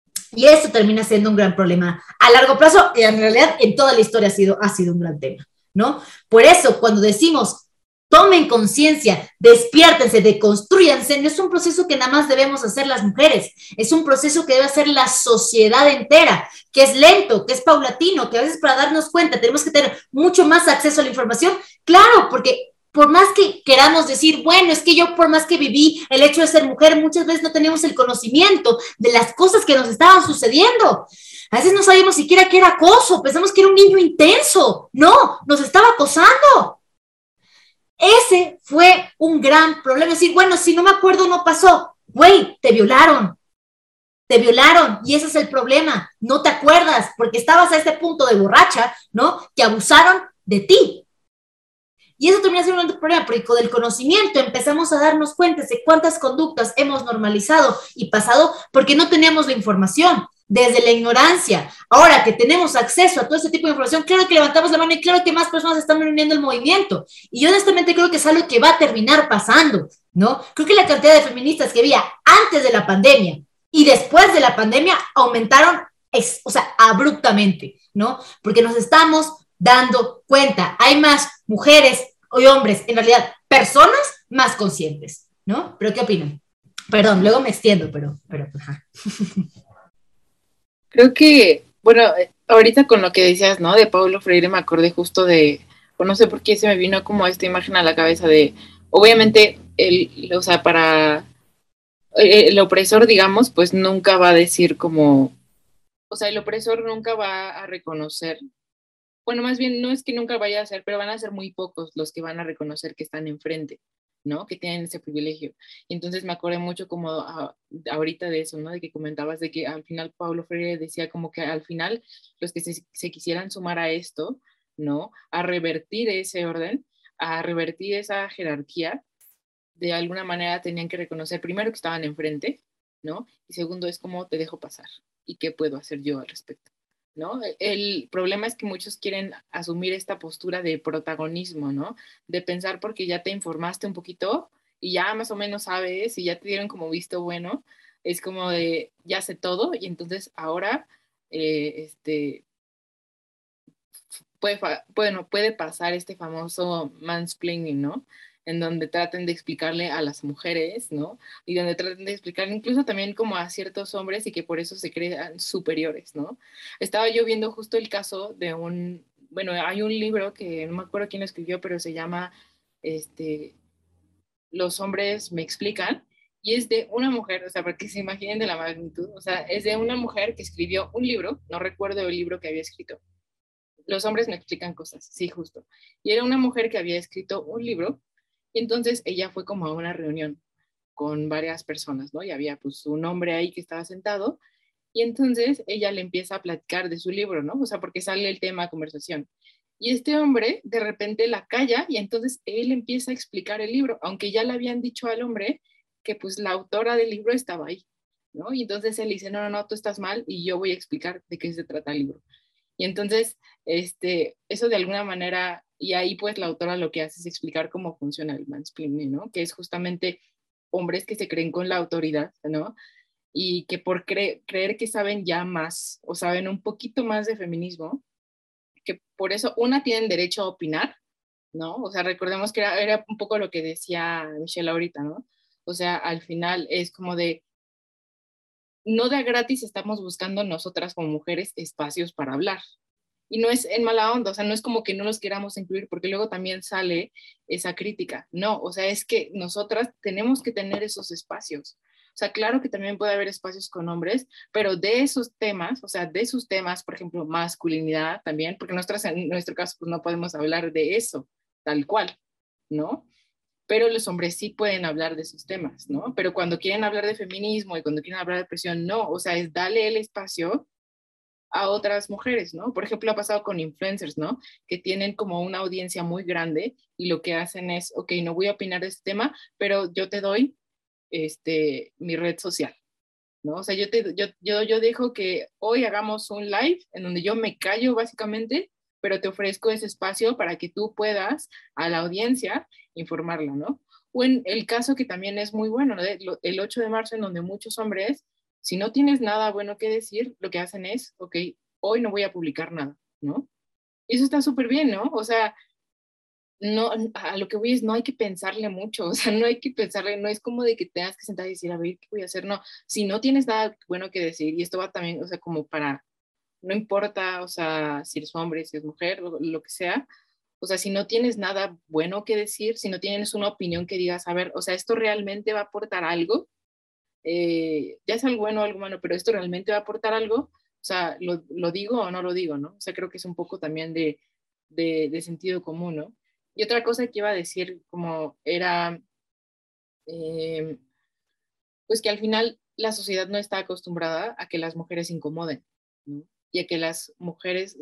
Y eso termina siendo un gran problema a largo plazo y en realidad en toda la historia ha sido un gran tema, ¿no? Por eso cuando decimos tomen conciencia, despiértense, deconstrúyanse, no es un proceso que nada más debemos hacer las mujeres, es un proceso que debe hacer la sociedad entera, que es lento, que es paulatino, que a veces para darnos cuenta tenemos que tener mucho más acceso a la información, claro, porque por más que queramos decir, bueno, es que yo por más que viví el hecho de ser mujer, muchas veces no teníamos el conocimiento de las cosas que nos estaban sucediendo. A veces no sabíamos siquiera que era acoso, pensamos que era un niño intenso. No, nos estaba acosando. Ese fue un gran problema. Es decir, bueno, si no me acuerdo, no pasó. Güey, te violaron. Te violaron y ese es el problema. No te acuerdas porque estabas a este punto de borracha, ¿no? Que abusaron de ti. Y eso termina siendo un problema, porque con el conocimiento empezamos a darnos cuenta de cuántas conductas hemos normalizado y pasado porque no teníamos la información, desde la ignorancia. Ahora que tenemos acceso a todo ese tipo de información, claro que levantamos la mano y claro que más personas están uniendo el movimiento. Y yo honestamente creo que es algo que va a terminar pasando, ¿no? Creo que la cantidad de feministas que había antes de la pandemia y después de la pandemia aumentaron, abruptamente, ¿no? Porque nos estamos dando cuenta. Hay más mujeres y hombres, en realidad, personas más conscientes, ¿no? ¿Pero qué opinan? Perdón, luego me extiendo, pero ajá. Creo que, bueno, ahorita con lo que decías, ¿no? De Paulo Freire me acordé justo de, o no sé por qué se me vino como esta imagen a la cabeza de, obviamente, para el opresor, digamos, pues nunca va a decir como, o sea, el opresor nunca va a reconocer, bueno, más bien no es que nunca vaya a ser, pero van a ser muy pocos los que van a reconocer que están enfrente, ¿no? Que tienen ese privilegio. Y entonces me acordé mucho como ahorita de eso, ¿no? De que comentabas de que al final Paulo Freire decía como que al final los que se quisieran sumar a esto, ¿no? A revertir ese orden, a revertir esa jerarquía, de alguna manera tenían que reconocer primero que estaban enfrente, ¿no? Y segundo es cómo te dejo pasar y qué puedo hacer yo al respecto, ¿no? El problema es que muchos quieren asumir esta postura de protagonismo, ¿no? De pensar porque ya te informaste un poquito y ya más o menos sabes y ya te dieron como visto bueno, es como de ya sé todo y entonces ahora puede pasar este famoso mansplaining, ¿no? En donde traten de explicarle a las mujeres, ¿no? Y donde traten de explicar incluso también como a ciertos hombres y que por eso se crean superiores, ¿no? Estaba yo viendo justo el caso de bueno, hay un libro que no me acuerdo quién lo escribió, pero se llama, este, Los hombres me explican, y es de una mujer, o sea, para que se imaginen de la magnitud, o sea, es de una mujer que escribió un libro, no recuerdo el libro que había escrito, los hombres me explican cosas, sí, justo. Y era una mujer que había escrito un libro y entonces ella fue como a una reunión con varias personas, ¿no? Y había pues un hombre ahí que estaba sentado y entonces ella le empieza a platicar de su libro, ¿no? O sea, porque sale el tema de conversación. Y este hombre de repente la calla y entonces él empieza a explicar el libro, aunque ya le habían dicho al hombre que pues la autora del libro estaba ahí, ¿no? Y entonces él dice, no, no, no, tú estás mal y yo voy a explicar de qué se trata el libro. Y entonces, eso de alguna manera, y ahí pues la autora lo que hace es explicar cómo funciona el mansplaining, ¿no? Que es justamente hombres que se creen con la autoridad, ¿no? Y que por creer que saben ya más o saben un poquito más de feminismo, que por eso una tienen derecho a opinar, ¿no? O sea, recordemos que era un poco lo que decía Michelle ahorita, ¿no? O sea, al final es como de, no de a gratis estamos buscando nosotras como mujeres espacios para hablar. Y no es en mala onda, o sea, no es como que no los queramos incluir, porque luego también sale esa crítica. No, o sea, es que nosotras tenemos que tener esos espacios. O sea, claro que también puede haber espacios con hombres, pero de esos temas, o sea, de sus temas, por ejemplo, masculinidad también, porque nosotras en nuestro caso pues, no podemos hablar de eso tal cual, ¿no? Pero los hombres sí pueden hablar de esos temas, ¿no? Pero cuando quieren hablar de feminismo y cuando quieren hablar de presión, no, o sea, es darle el espacio a otras mujeres, ¿no? Por ejemplo, ha pasado con influencers, ¿no? Que tienen como una audiencia muy grande y lo que hacen es, ok, no voy a opinar de este tema, pero yo te doy mi red social, ¿no? O sea, yo dejo que hoy hagamos un live en donde yo me callo básicamente, pero te ofrezco ese espacio para que tú puedas a la audiencia informarla, ¿no? O en el caso que también es muy bueno, ¿no? El 8 de marzo, en donde muchos hombres, si no tienes nada bueno que decir, lo que hacen es, ok, hoy no voy a publicar nada, ¿no? Y eso está súper bien, ¿no? O sea, no, a lo que voy es, no hay que pensarle mucho, o sea, no hay que pensarle, no es como de que tengas que sentar y decir, a ver, ¿qué voy a hacer? No, si no tienes nada bueno que decir, y esto va también, o sea, como para, no importa, o sea, si eres hombre, si eres mujer, lo que sea, o sea, si no tienes nada bueno que decir, si no tienes una opinión que digas, a ver, o sea, esto realmente va a aportar algo, ya es algo bueno o algo malo, pero esto realmente va a aportar algo, o sea, lo digo o no lo digo, ¿no? O sea, creo que es un poco también de sentido común, ¿no? Y otra cosa que iba a decir, como era, eh, pues que al final la sociedad no está acostumbrada a que las mujeres se incomoden, ¿no? Y a que las mujeres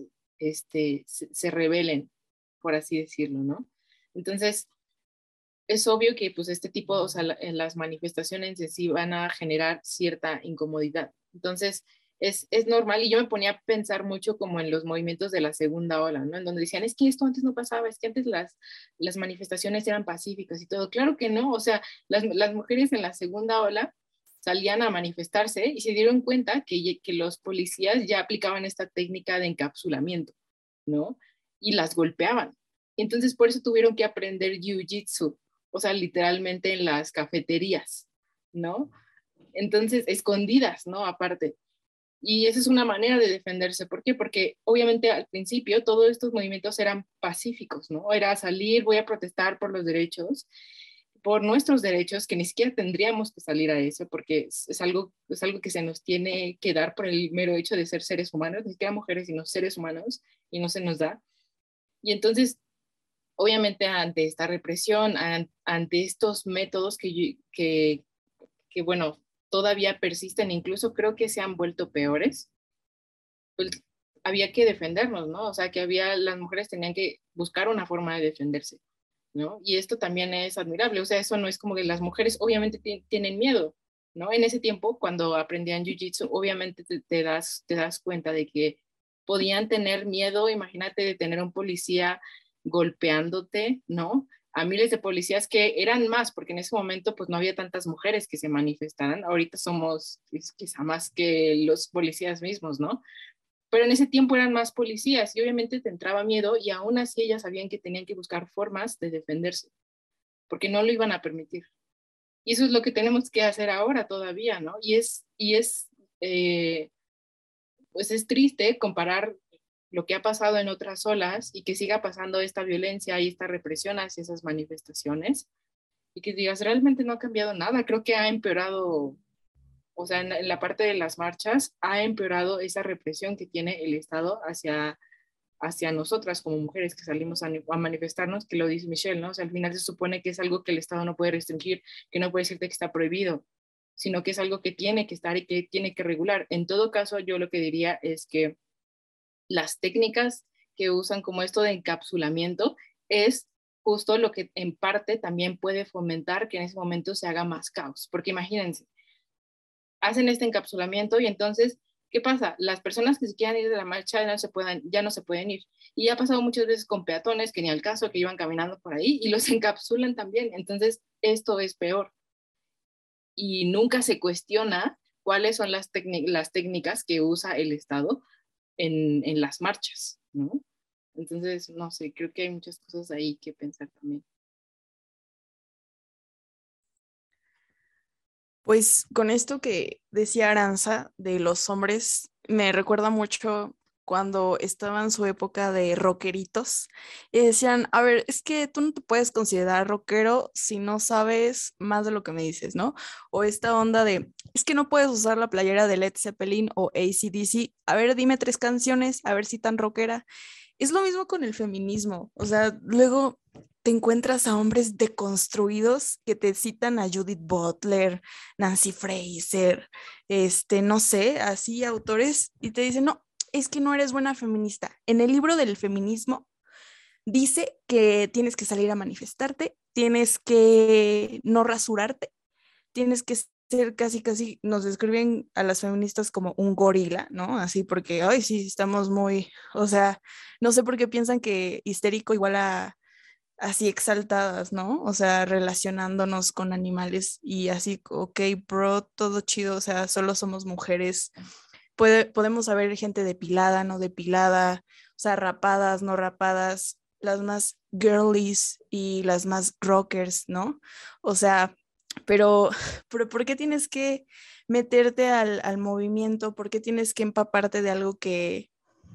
se rebelen, por así decirlo, ¿no? Entonces, es obvio que pues este tipo, o sea, en las manifestaciones en sí van a generar cierta incomodidad. Entonces, es normal y yo me ponía a pensar mucho como en los movimientos de la segunda ola, ¿no? En donde decían, es que esto antes no pasaba, es que antes las manifestaciones eran pacíficas y todo. Claro que no, o sea, las mujeres en la segunda ola salían a manifestarse y se dieron cuenta que los policías ya aplicaban esta técnica de encapsulamiento, ¿no? Y las golpeaban. Entonces, por eso tuvieron que aprender jiu-jitsu, o sea, literalmente en las cafeterías, ¿no? Entonces, escondidas, ¿no? Aparte. Y esa es una manera de defenderse. ¿Por qué? Porque obviamente al principio todos estos movimientos eran pacíficos, ¿no? Era salir, voy a protestar por los derechos, por nuestros derechos, que ni siquiera tendríamos que salir a eso, porque es algo que se nos tiene que dar por el mero hecho de ser seres humanos, ni siquiera mujeres, sino seres humanos, y no se nos da. Y entonces, obviamente, ante esta represión, ante estos métodos que, bueno, todavía persisten, incluso creo que se han vuelto peores, pues había que defendernos, ¿no? O sea, que las mujeres tenían que buscar una forma de defenderse, ¿no? Y esto también es admirable, o sea, eso no es como que las mujeres obviamente tienen miedo, ¿no? En ese tiempo, cuando aprendían Jiu-Jitsu, obviamente te das cuenta de que podían tener miedo, imagínate, de tener un policía golpeándote, ¿no? A miles de policías que eran más, porque en ese momento pues no había tantas mujeres que se manifestaran, ahorita somos quizá más que los policías mismos, ¿no? Pero en ese tiempo eran más policías y obviamente te entraba miedo y aún así ellas sabían que tenían que buscar formas de defenderse, porque no lo iban a permitir. Y eso es lo que tenemos que hacer ahora todavía, ¿no? Pues es triste comparar lo que ha pasado en otras olas y que siga pasando esta violencia y esta represión hacia esas manifestaciones y que digas, realmente no ha cambiado nada, creo que ha empeorado, o sea, en la parte de las marchas ha empeorado esa represión que tiene el Estado hacia nosotras como mujeres que salimos a manifestarnos, que lo dice Michelle, ¿no? O sea, al final se supone que es algo que el Estado no puede restringir, que no puede decirte que está prohibido, sino que es algo que tiene que estar y que tiene que regular. En todo caso, yo lo que diría es que las técnicas que usan como esto de encapsulamiento es justo lo que en parte también puede fomentar que en ese momento se haga más caos, porque imagínense, hacen este encapsulamiento y entonces, ¿qué pasa? Las personas que se quieran ir de la marcha ya no se pueden ir. Y ha pasado muchas veces con peatones que ni al caso, que iban caminando por ahí y los encapsulan también. Entonces, esto es peor. Y nunca se cuestiona cuáles son las técnicas que usa el Estado en las marchas, ¿no? Entonces, no sé, creo que hay muchas cosas ahí que pensar también. Pues con esto que decía Aranza de los hombres, me recuerda mucho cuando estaba en su época de rockeritos y decían, a ver, es que tú no te puedes considerar rockero si no sabes más de lo que me dices, ¿no? O esta onda de, es que no puedes usar la playera de Led Zeppelin o AC/DC, a ver, dime 3 canciones, a ver si tan rockera. Es lo mismo con el feminismo, o sea, luego te encuentras a hombres deconstruidos que te citan a Judith Butler, Nancy Fraser, no sé, así autores, y te dicen, no, es que no eres buena feminista. En el libro del feminismo dice que tienes que salir a manifestarte, tienes que no rasurarte, tienes que ser casi, nos describen a las feministas como un gorila, ¿no? Así porque, ay, sí, estamos muy, o sea, no sé por qué piensan que histérico igual a así exaltadas, ¿no? O sea, relacionándonos con animales y así, ok, bro, todo chido, o sea, solo somos mujeres. Podemos saber gente depilada, no depilada, o sea, rapadas, no rapadas, las más girlies y las más rockers, ¿no? O sea, pero ¿por qué tienes que meterte al movimiento? ¿Por qué tienes que empaparte de algo que,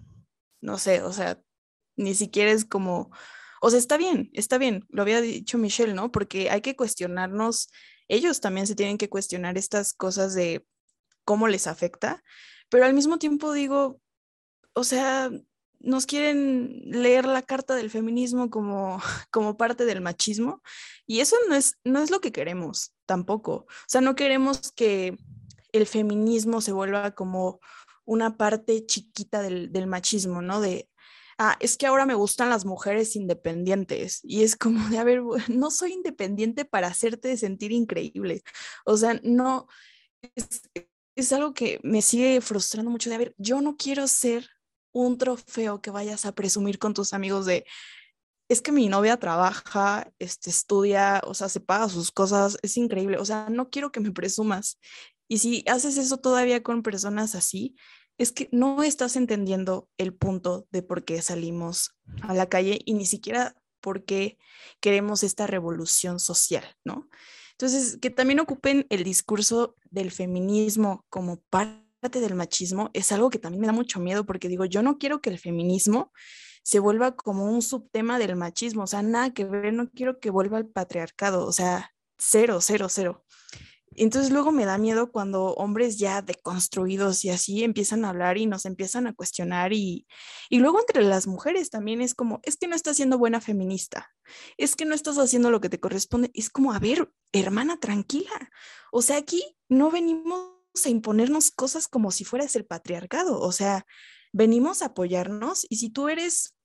no sé, o sea, ni siquiera es como, o sea, está bien, lo había dicho Michelle, ¿no? Porque hay que cuestionarnos, ellos también se tienen que cuestionar estas cosas de cómo les afecta, pero al mismo tiempo digo, o sea, nos quieren leer la carta del feminismo como, como parte del machismo y eso no es lo que queremos tampoco. O sea, no queremos que el feminismo se vuelva como una parte chiquita del machismo, ¿no? De, es que ahora me gustan las mujeres independientes y es como de, a ver, no soy independiente para hacerte sentir increíble. O sea, no, es, es algo que me sigue frustrando mucho de, a ver, yo no quiero ser un trofeo que vayas a presumir con tus amigos de, es que mi novia trabaja, estudia, o sea, se paga sus cosas, es increíble, o sea, no quiero que me presumas. Y si haces eso todavía con personas así, es que no estás entendiendo el punto de por qué salimos a la calle y ni siquiera por qué queremos esta revolución social, ¿no? Entonces, que también ocupen el discurso del feminismo como parte del machismo es algo que también me da mucho miedo porque digo, yo no quiero que el feminismo se vuelva como un subtema del machismo, o sea, nada que ver, no quiero que vuelva al patriarcado, o sea, cero, cero, cero. Entonces luego me da miedo cuando hombres ya deconstruidos y así empiezan a hablar y nos empiezan a cuestionar y luego entre las mujeres también es como, es que no estás siendo buena feminista, es que no estás haciendo lo que te corresponde. Es como, a ver, hermana, tranquila. O sea, aquí no venimos a imponernos cosas como si fueras el patriarcado. O sea, venimos a apoyarnos y si tú eres,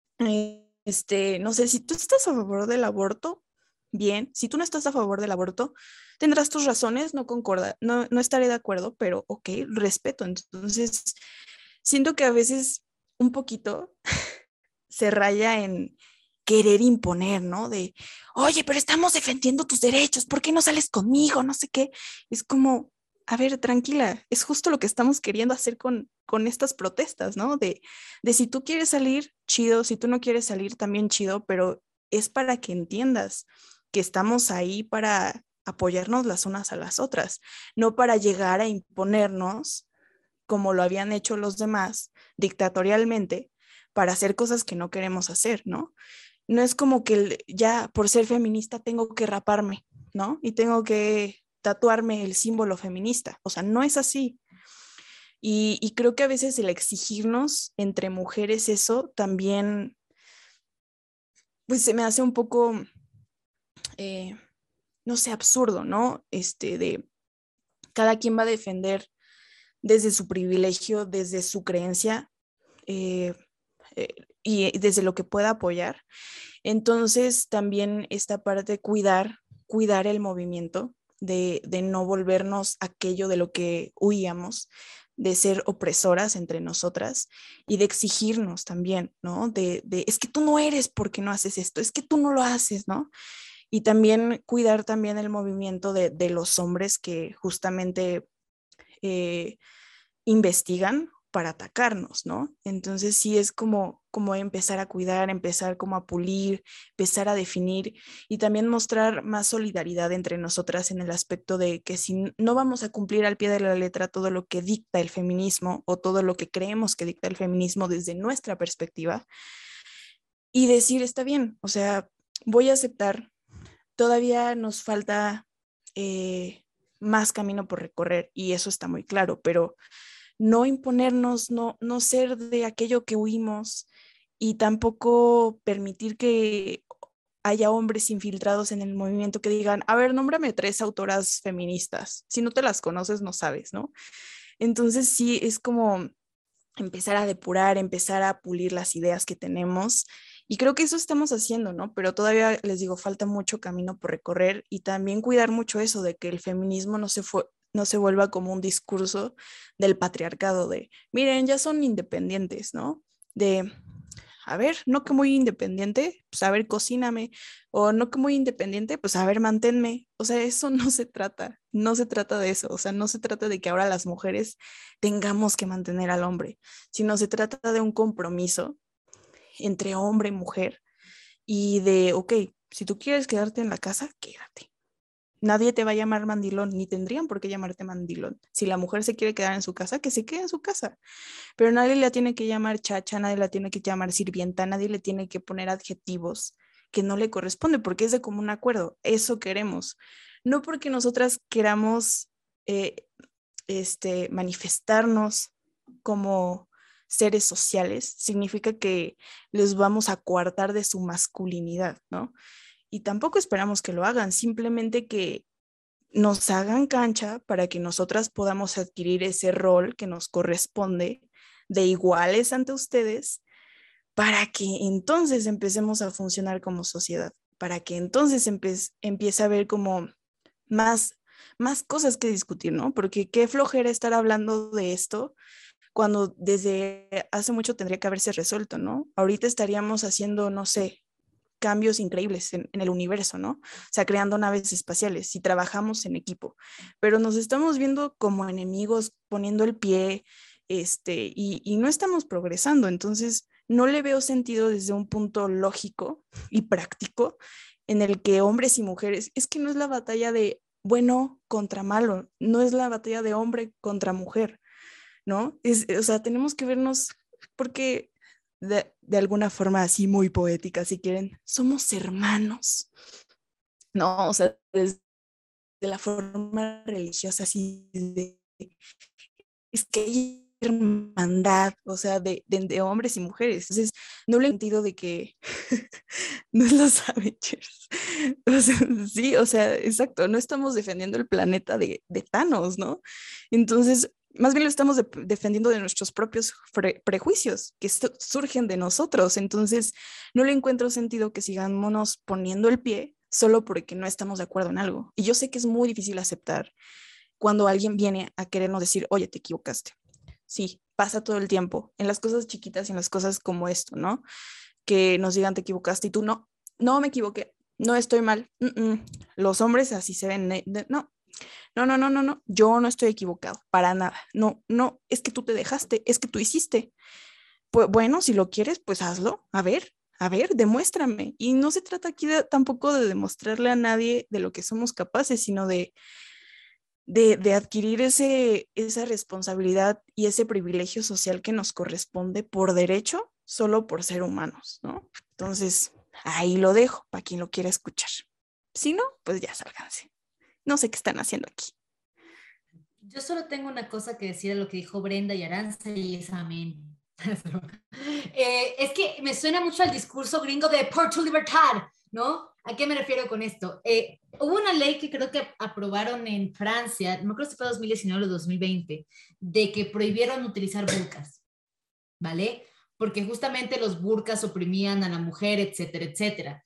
no sé, si tú estás a favor del aborto, bien, si tú no estás a favor del aborto, tendrás tus razones, no concorda, no estaré de acuerdo, pero ok, respeto. Entonces, siento que a veces un poquito se raya en querer imponer, ¿no? De, oye, pero estamos defendiendo tus derechos, ¿por qué no sales conmigo? No sé qué. Es como, a ver, tranquila, es justo lo que estamos queriendo hacer con estas protestas, ¿no? De si tú quieres salir, chido, si tú no quieres salir, también chido, pero es para que entiendas que estamos ahí para apoyarnos las unas a las otras, no para llegar a imponernos como lo habían hecho los demás dictatorialmente para hacer cosas que no queremos hacer, ¿no? No es como que ya por ser feminista tengo que raparme, ¿no? Y tengo que tatuarme el símbolo feminista. O sea, no es así. Y creo que a veces el exigirnos entre mujeres eso también, pues se me hace un poco, eh, no sé, absurdo, ¿no? De cada quien va a defender desde su privilegio, desde su creencia eh, y desde lo que pueda apoyar. Entonces, también esta parte de cuidar el movimiento, de no volvernos aquello de lo que huíamos, de ser opresoras entre nosotras y de exigirnos también, ¿no? Es que tú no eres porque no haces esto, es que tú no lo haces, ¿no? Y también cuidar también el movimiento de los hombres que justamente eh, investigan para atacarnos, ¿no? Entonces sí es como empezar a cuidar, empezar como a pulir, empezar a definir y también mostrar más solidaridad entre nosotras en el aspecto de que si no vamos a cumplir al pie de la letra todo lo que dicta el feminismo o todo lo que creemos que dicta el feminismo desde nuestra perspectiva y decir, está bien, o sea, voy a aceptar, todavía nos falta más camino por recorrer y eso está muy claro, pero no imponernos, no ser de aquello que huimos y tampoco permitir que haya hombres infiltrados en el movimiento que digan, a ver, nómbrame 3 autoras feministas. Si no te las conoces, no sabes, ¿no? Entonces sí, es como empezar a depurar, empezar a pulir las ideas que tenemos. Y creo que eso estamos haciendo, ¿no? Pero todavía les digo, falta mucho camino por recorrer y también cuidar mucho eso de que el feminismo no se vuelva como un discurso del patriarcado de, miren, ya son independientes, ¿no? De, a ver, no que muy independiente, pues a ver, cocíname, o no que muy independiente, pues a ver, manténme. O sea, eso no se trata de eso, o sea, no se trata de que ahora las mujeres tengamos que mantener al hombre, sino se trata de un compromiso entre hombre y mujer y de, ok, si tú quieres quedarte en la casa, quédate. Nadie te va a llamar mandilón, ni tendrían por qué llamarte mandilón. Si la mujer se quiere quedar en su casa, que se quede en su casa. Pero nadie la tiene que llamar chacha, nadie la tiene que llamar sirvienta, nadie le tiene que poner adjetivos que no le corresponde, porque es de común acuerdo. Eso queremos. No porque nosotras queramos manifestarnos como seres sociales, significa que les vamos a coartar de su masculinidad, ¿no? Y tampoco esperamos que lo hagan, simplemente que nos hagan cancha para que nosotras podamos adquirir ese rol que nos corresponde de iguales ante ustedes, para que entonces empecemos a funcionar como sociedad, para que entonces empiece a haber como más, más cosas que discutir, ¿no? Porque qué flojera estar hablando de esto cuando desde hace mucho tendría que haberse resuelto, ¿no? Ahorita estaríamos haciendo, no sé, cambios increíbles en el universo, ¿no? O sea, creando naves espaciales, si trabajamos en equipo, pero nos estamos viendo como enemigos, poniendo el pie, y no estamos progresando, entonces no le veo sentido desde un punto lógico y práctico en el que hombres y mujeres, es que no es la batalla de bueno contra malo, no es la batalla de hombre contra mujer, ¿no? O sea, tenemos que vernos porque de alguna forma así muy poética, si quieren, somos hermanos. ¿no? O sea, desde la forma religiosa, así de, es que hay hermandad, o sea, de hombres y mujeres. Entonces, no le he sentido de que no es los Avengers. O sea, sí, o sea, exacto, no estamos defendiendo el planeta de Thanos, ¿no? Entonces, más bien lo estamos defendiendo de nuestros propios prejuicios que surgen de nosotros. Entonces, no le encuentro sentido que sigamos poniendo el pie solo porque no estamos de acuerdo en algo. Y yo sé que es muy difícil aceptar cuando alguien viene a querernos decir, oye, te equivocaste. Sí, pasa todo el tiempo, en las cosas chiquitas y en las cosas como esto, ¿no? Que nos digan, te equivocaste y tú no, no me equivoqué, no estoy mal. Los hombres así se ven, no, no, no, no, no, no, yo no estoy equivocado, para nada. No, no, es que tú te dejaste, es que tú hiciste. Pues bueno, si lo quieres, pues hazlo, a ver, demuéstrame. Y no se trata aquí tampoco de demostrarle a nadie de lo que somos capaces, sino de adquirir esa responsabilidad y ese privilegio social que nos corresponde por derecho, solo por ser humanos, ¿no? Entonces, ahí lo dejo para quien lo quiera escuchar. Si no, pues ya sálganse. No sé qué están haciendo aquí. Yo solo tengo una cosa que decir a lo que dijo Brenda y Aranza y es amén. Es que me suena mucho al discurso gringo de por tu libertad, ¿no? ¿A qué me refiero con esto? Hubo una ley que creo que aprobaron en Francia, no creo si fue 2019 o 2020, de que prohibieron utilizar burkas, ¿vale? Porque justamente los burkas oprimían a la mujer, etcétera, etcétera.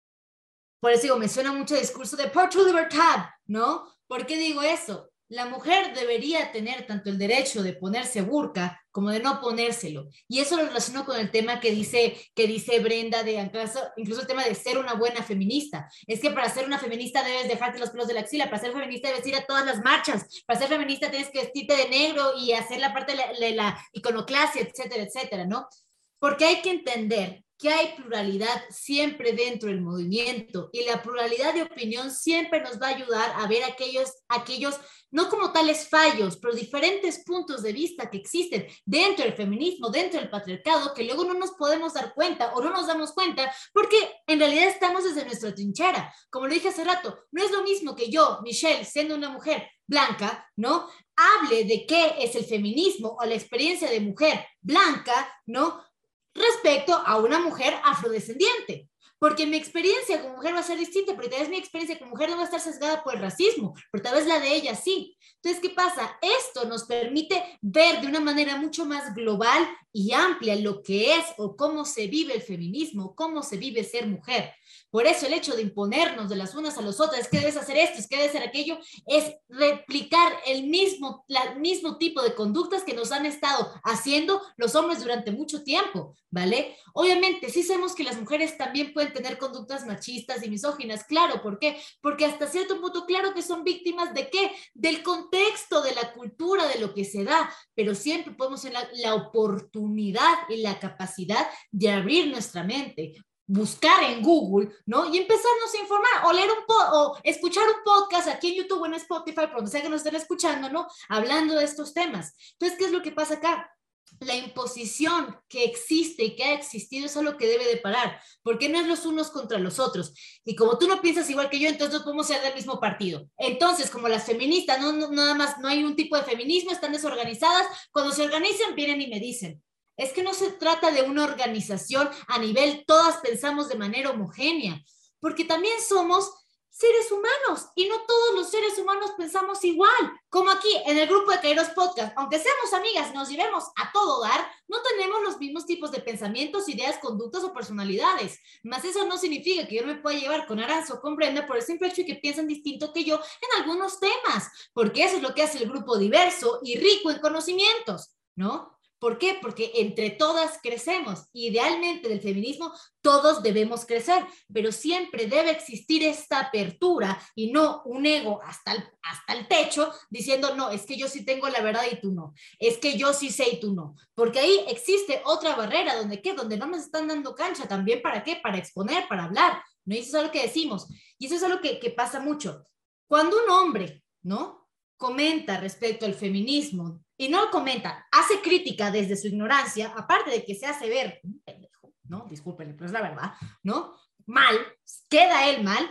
Por eso digo, me suena mucho el discurso de por tu libertad, ¿no? ¿Por qué digo eso? La mujer debería tener tanto el derecho de ponerse burka como de no ponérselo. Y eso lo relaciono con el tema que dice Brenda, de incluso el tema de ser una buena feminista. Es que para ser una feminista debes dejarte los pelos de la axila, para ser feminista debes ir a todas las marchas, para ser feminista tienes que vestirte de negro y hacer la parte de la iconoclasia, etcétera, etcétera, ¿no? Porque hay que entender que hay pluralidad siempre dentro del movimiento y la pluralidad de opinión siempre nos va a ayudar a ver aquellos no como tales fallos, pero diferentes puntos de vista que existen dentro del feminismo, dentro del patriarcado, que luego no nos podemos dar cuenta o no nos damos cuenta porque en realidad estamos desde nuestra trinchera. Como lo dije hace rato, no es lo mismo que yo, Michelle, siendo una mujer blanca, ¿no? Hable de qué es el feminismo o la experiencia de mujer blanca, ¿no? Respecto a una mujer afrodescendiente. Porque mi experiencia como mujer va a ser distinta, pero tal vez mi experiencia como mujer no va a estar sesgada por el racismo, pero tal vez la de ella sí. Entonces, ¿qué pasa? Esto nos permite ver de una manera mucho más global y amplia lo que es o cómo se vive el feminismo, cómo se vive ser mujer. Por eso el hecho de imponernos de las unas a las otras, es que debes hacer esto, es que debes hacer aquello, es replicar el mismo tipo de conductas que nos han estado haciendo los hombres durante mucho tiempo, ¿vale? Obviamente, sí sabemos que las mujeres también pueden tener conductas machistas y misóginas, claro, ¿por qué? Porque hasta cierto punto, claro que son víctimas de qué? Del contexto, de la cultura, de lo que se da, pero siempre podemos tener la oportunidad y la capacidad de abrir nuestra mente, buscar en Google, ¿no? Y empezarnos a informar o leer o escuchar un podcast aquí en YouTube o en Spotify, por donde sea que nos estén escuchando, ¿no? Hablando de estos temas. Entonces, ¿qué es lo que pasa acá? La imposición que existe y que ha existido es algo que debe de parar, porque no es los unos contra los otros. Y como tú no piensas igual que yo, entonces no podemos ser del mismo partido. Entonces, como las feministas, nada más no hay un tipo de feminismo, están desorganizadas, cuando se organizan vienen y me dicen, es que no se trata de una organización a nivel, todas pensamos de manera homogénea, porque también somos seres humanos y no todos los seres humanos pensamos igual. Como aquí en el grupo de Kairos Podcast, aunque seamos amigas, nos llevemos a todo dar, no tenemos los mismos tipos de pensamientos, ideas, conductas o personalidades. Más eso no significa que yo no me pueda llevar con Aranza o con Brenda por el simple hecho de que piensan distinto que yo en algunos temas, porque eso es lo que hace el grupo diverso y rico en conocimientos, ¿no? ¿Por qué? Porque entre todas crecemos. Idealmente del feminismo todos debemos crecer, pero siempre debe existir esta apertura y no un ego hasta el techo diciendo, no, es que yo sí tengo la verdad y tú no. Es que yo sí sé y tú no. Porque ahí existe otra barrera donde, ¿qué? Donde no nos están dando cancha también. ¿Para qué? Para exponer, para hablar. ¿No? Y eso es algo que decimos. Y eso es algo que pasa mucho. Cuando un hombre, ¿no? Comenta respecto al feminismo y no comenta, hace crítica desde su ignorancia, aparte de que se hace ver un pendejo, ¿no? Discúlpenle, pero es la verdad, ¿no? Mal, queda él mal,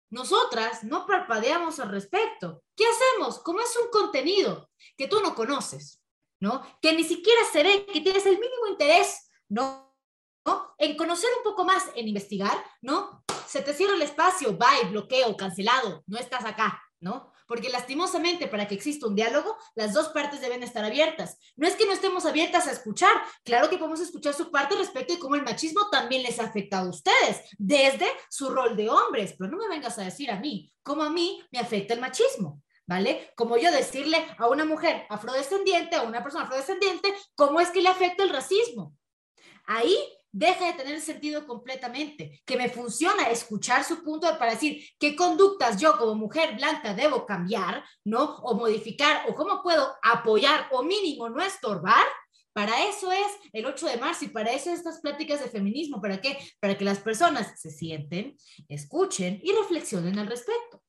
Nosotras no parpadeamos al respecto. ¿Qué hacemos? Como es un contenido que tú no conoces, ¿no? Que ni siquiera se ve, que tienes el mínimo interés, ¿no? En conocer un poco más, en investigar, ¿no? Se te cierra el espacio, bye, bloqueo, cancelado, no estás acá, ¿no? Porque lastimosamente para que exista un diálogo, las dos partes deben estar abiertas. No es que no estemos abiertas a escuchar, claro que podemos escuchar su parte respecto de cómo el machismo también les ha afectado a ustedes, desde su rol de hombres, pero no me vengas a decir a mí cómo a mí me afecta el machismo. ¿Vale? Como yo decirle a una mujer afrodescendiente, a una persona afrodescendiente, cómo es que le afecta el racismo. Ahí deja de tener sentido completamente, que me funciona escuchar su punto para decir qué conductas yo como mujer blanca debo cambiar, ¿no? O modificar, o cómo puedo apoyar o mínimo no estorbar. Para eso es el 8 de marzo y para eso estas pláticas de feminismo. ¿Para qué? Para que las personas se sienten, escuchen y reflexionen al respecto.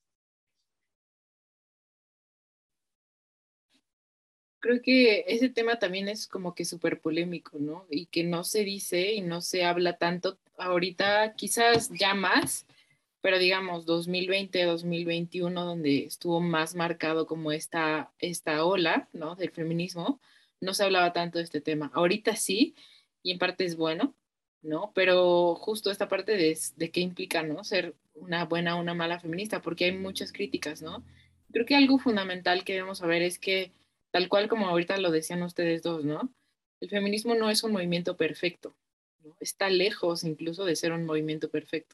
Creo que ese tema también es como que súper polémico, ¿no? Y que no se dice y no se habla tanto ahorita, quizás ya más, pero digamos 2020, 2021, donde estuvo más marcado como esta ola, ¿no? Del feminismo, no se hablaba tanto de este tema. Ahorita sí, y en parte es bueno, ¿no? Pero justo esta parte de qué implica, ¿no? Ser una buena o una mala feminista, porque hay muchas críticas, ¿no? Creo que algo fundamental que debemos saber es que, tal cual como ahorita lo decían ustedes dos, ¿no? El feminismo no es un movimiento perfecto, ¿no? Está lejos incluso de ser un movimiento perfecto.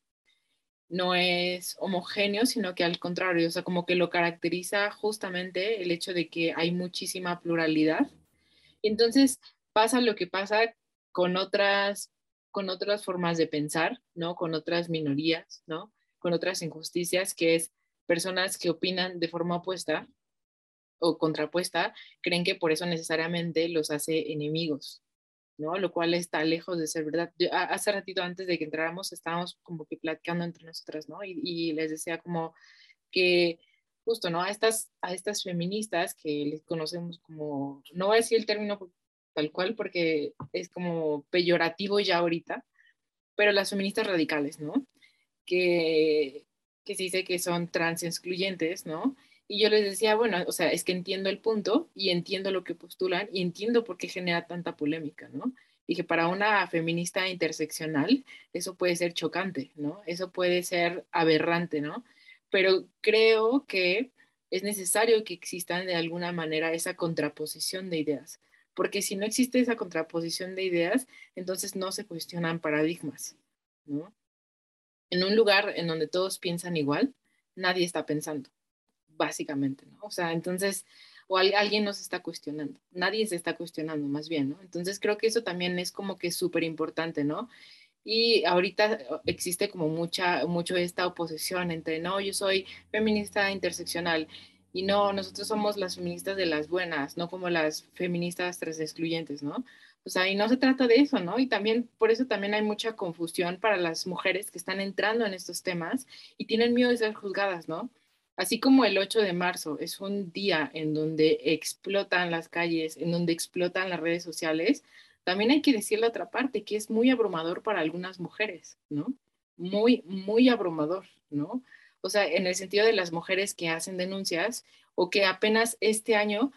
No es homogéneo, sino que al contrario, o sea, como que lo caracteriza justamente el hecho de que hay muchísima pluralidad. Y entonces pasa lo que pasa con con otras formas de pensar, ¿no? Con otras minorías, ¿no? Con otras injusticias, que es personas que opinan de forma opuesta o contrapuesta, creen que por eso necesariamente los hace enemigos, ¿no? Lo cual está lejos de ser verdad. Hace ratito antes de que entráramos estábamos como que platicando entre nosotras, ¿no? Y les decía como que justo, ¿no? A estas feministas que les conocemos como, no voy a decir el término tal cual porque es como peyorativo ya ahorita, pero las feministas radicales, ¿no? Que, que se dice que son trans excluyentes, ¿no? Y yo les decía, bueno, o sea, es que entiendo el punto y entiendo lo que postulan y entiendo por qué genera tanta polémica, ¿no? Y que para una feminista interseccional eso puede ser chocante, ¿no? Eso puede ser aberrante, ¿no? Pero creo que es necesario que existan de alguna manera esa contraposición de ideas, porque si no existe esa contraposición de ideas, entonces no se cuestionan paradigmas, ¿no? En un lugar en donde todos piensan igual, nadie está pensando, básicamente, ¿no? O sea, entonces, alguien no se está cuestionando, nadie se está cuestionando más bien, ¿no? Entonces creo que eso también es como que súper importante, ¿no? Y ahorita existe como mucho esta oposición entre, no, yo soy feminista interseccional y no, nosotros somos las feministas de las buenas, no como las feministas tras excluyentes, ¿no? O sea, y no se trata de eso, ¿no? Y también, por eso también hay mucha confusión para las mujeres que están entrando en estos temas y tienen miedo de ser juzgadas, ¿no? Así como el 8 de marzo es un día en donde explotan las calles, en donde explotan las redes sociales, también hay que decir la otra parte, que es muy abrumador para algunas mujeres, ¿no? Muy, muy abrumador, ¿no? O sea, en el sentido de las mujeres que hacen denuncias o que apenas este año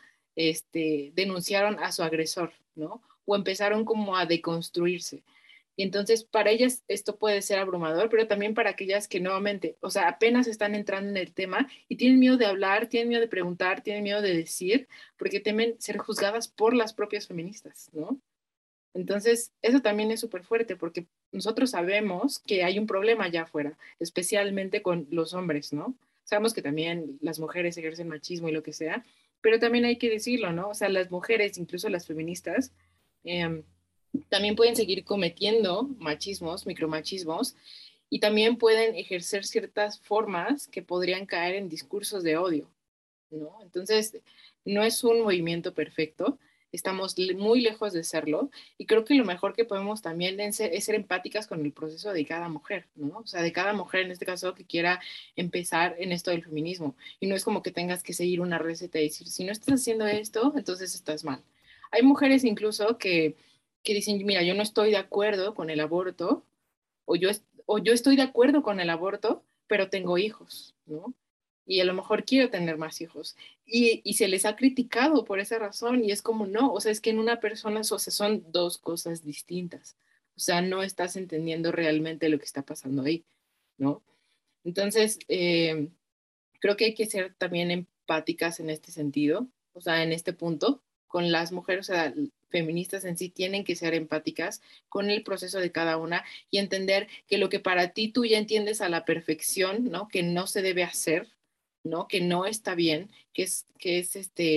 denunciaron a su agresor, ¿no? O empezaron como a deconstruirse. Y entonces para ellas esto puede ser abrumador, pero también para aquellas que nuevamente, o sea, apenas están entrando en el tema y tienen miedo de hablar, tienen miedo de preguntar, tienen miedo de decir, porque temen ser juzgadas por las propias feministas, ¿no? Entonces, eso también es súper fuerte porque nosotros sabemos que hay un problema allá afuera, especialmente con los hombres, ¿no? Sabemos que también las mujeres ejercen machismo y lo que sea, pero también hay que decirlo, ¿no? O sea, las mujeres, incluso las feministas, eh, también pueden seguir cometiendo machismos, micromachismos, y también pueden ejercer ciertas formas que podrían caer en discursos de odio, ¿no? Entonces, no es un movimiento perfecto, estamos muy lejos de serlo, y creo que lo mejor que podemos también es ser empáticas con el proceso de cada mujer, ¿no? O sea, de cada mujer en este caso que quiera empezar en esto del feminismo, y no es como que tengas que seguir una receta y decir, si no estás haciendo esto, entonces estás mal. Hay mujeres incluso que dicen, mira, yo no estoy de acuerdo con el aborto, o yo estoy de acuerdo con el aborto, pero tengo hijos, ¿no? Y a lo mejor quiero tener más hijos. Y se les ha criticado por esa razón y es como, no, o sea, es que en una persona, o sea, son dos cosas distintas. O sea, no estás entendiendo realmente lo que está pasando ahí, ¿no? Entonces, creo que hay que ser también empáticas en este sentido, o sea, en este punto, con las mujeres, o sea, feministas en sí tienen que ser empáticas con el proceso de cada una y entender que lo que para ti tú ya entiendes a la perfección, ¿no? Que no se debe hacer, ¿no? Que no está bien, que es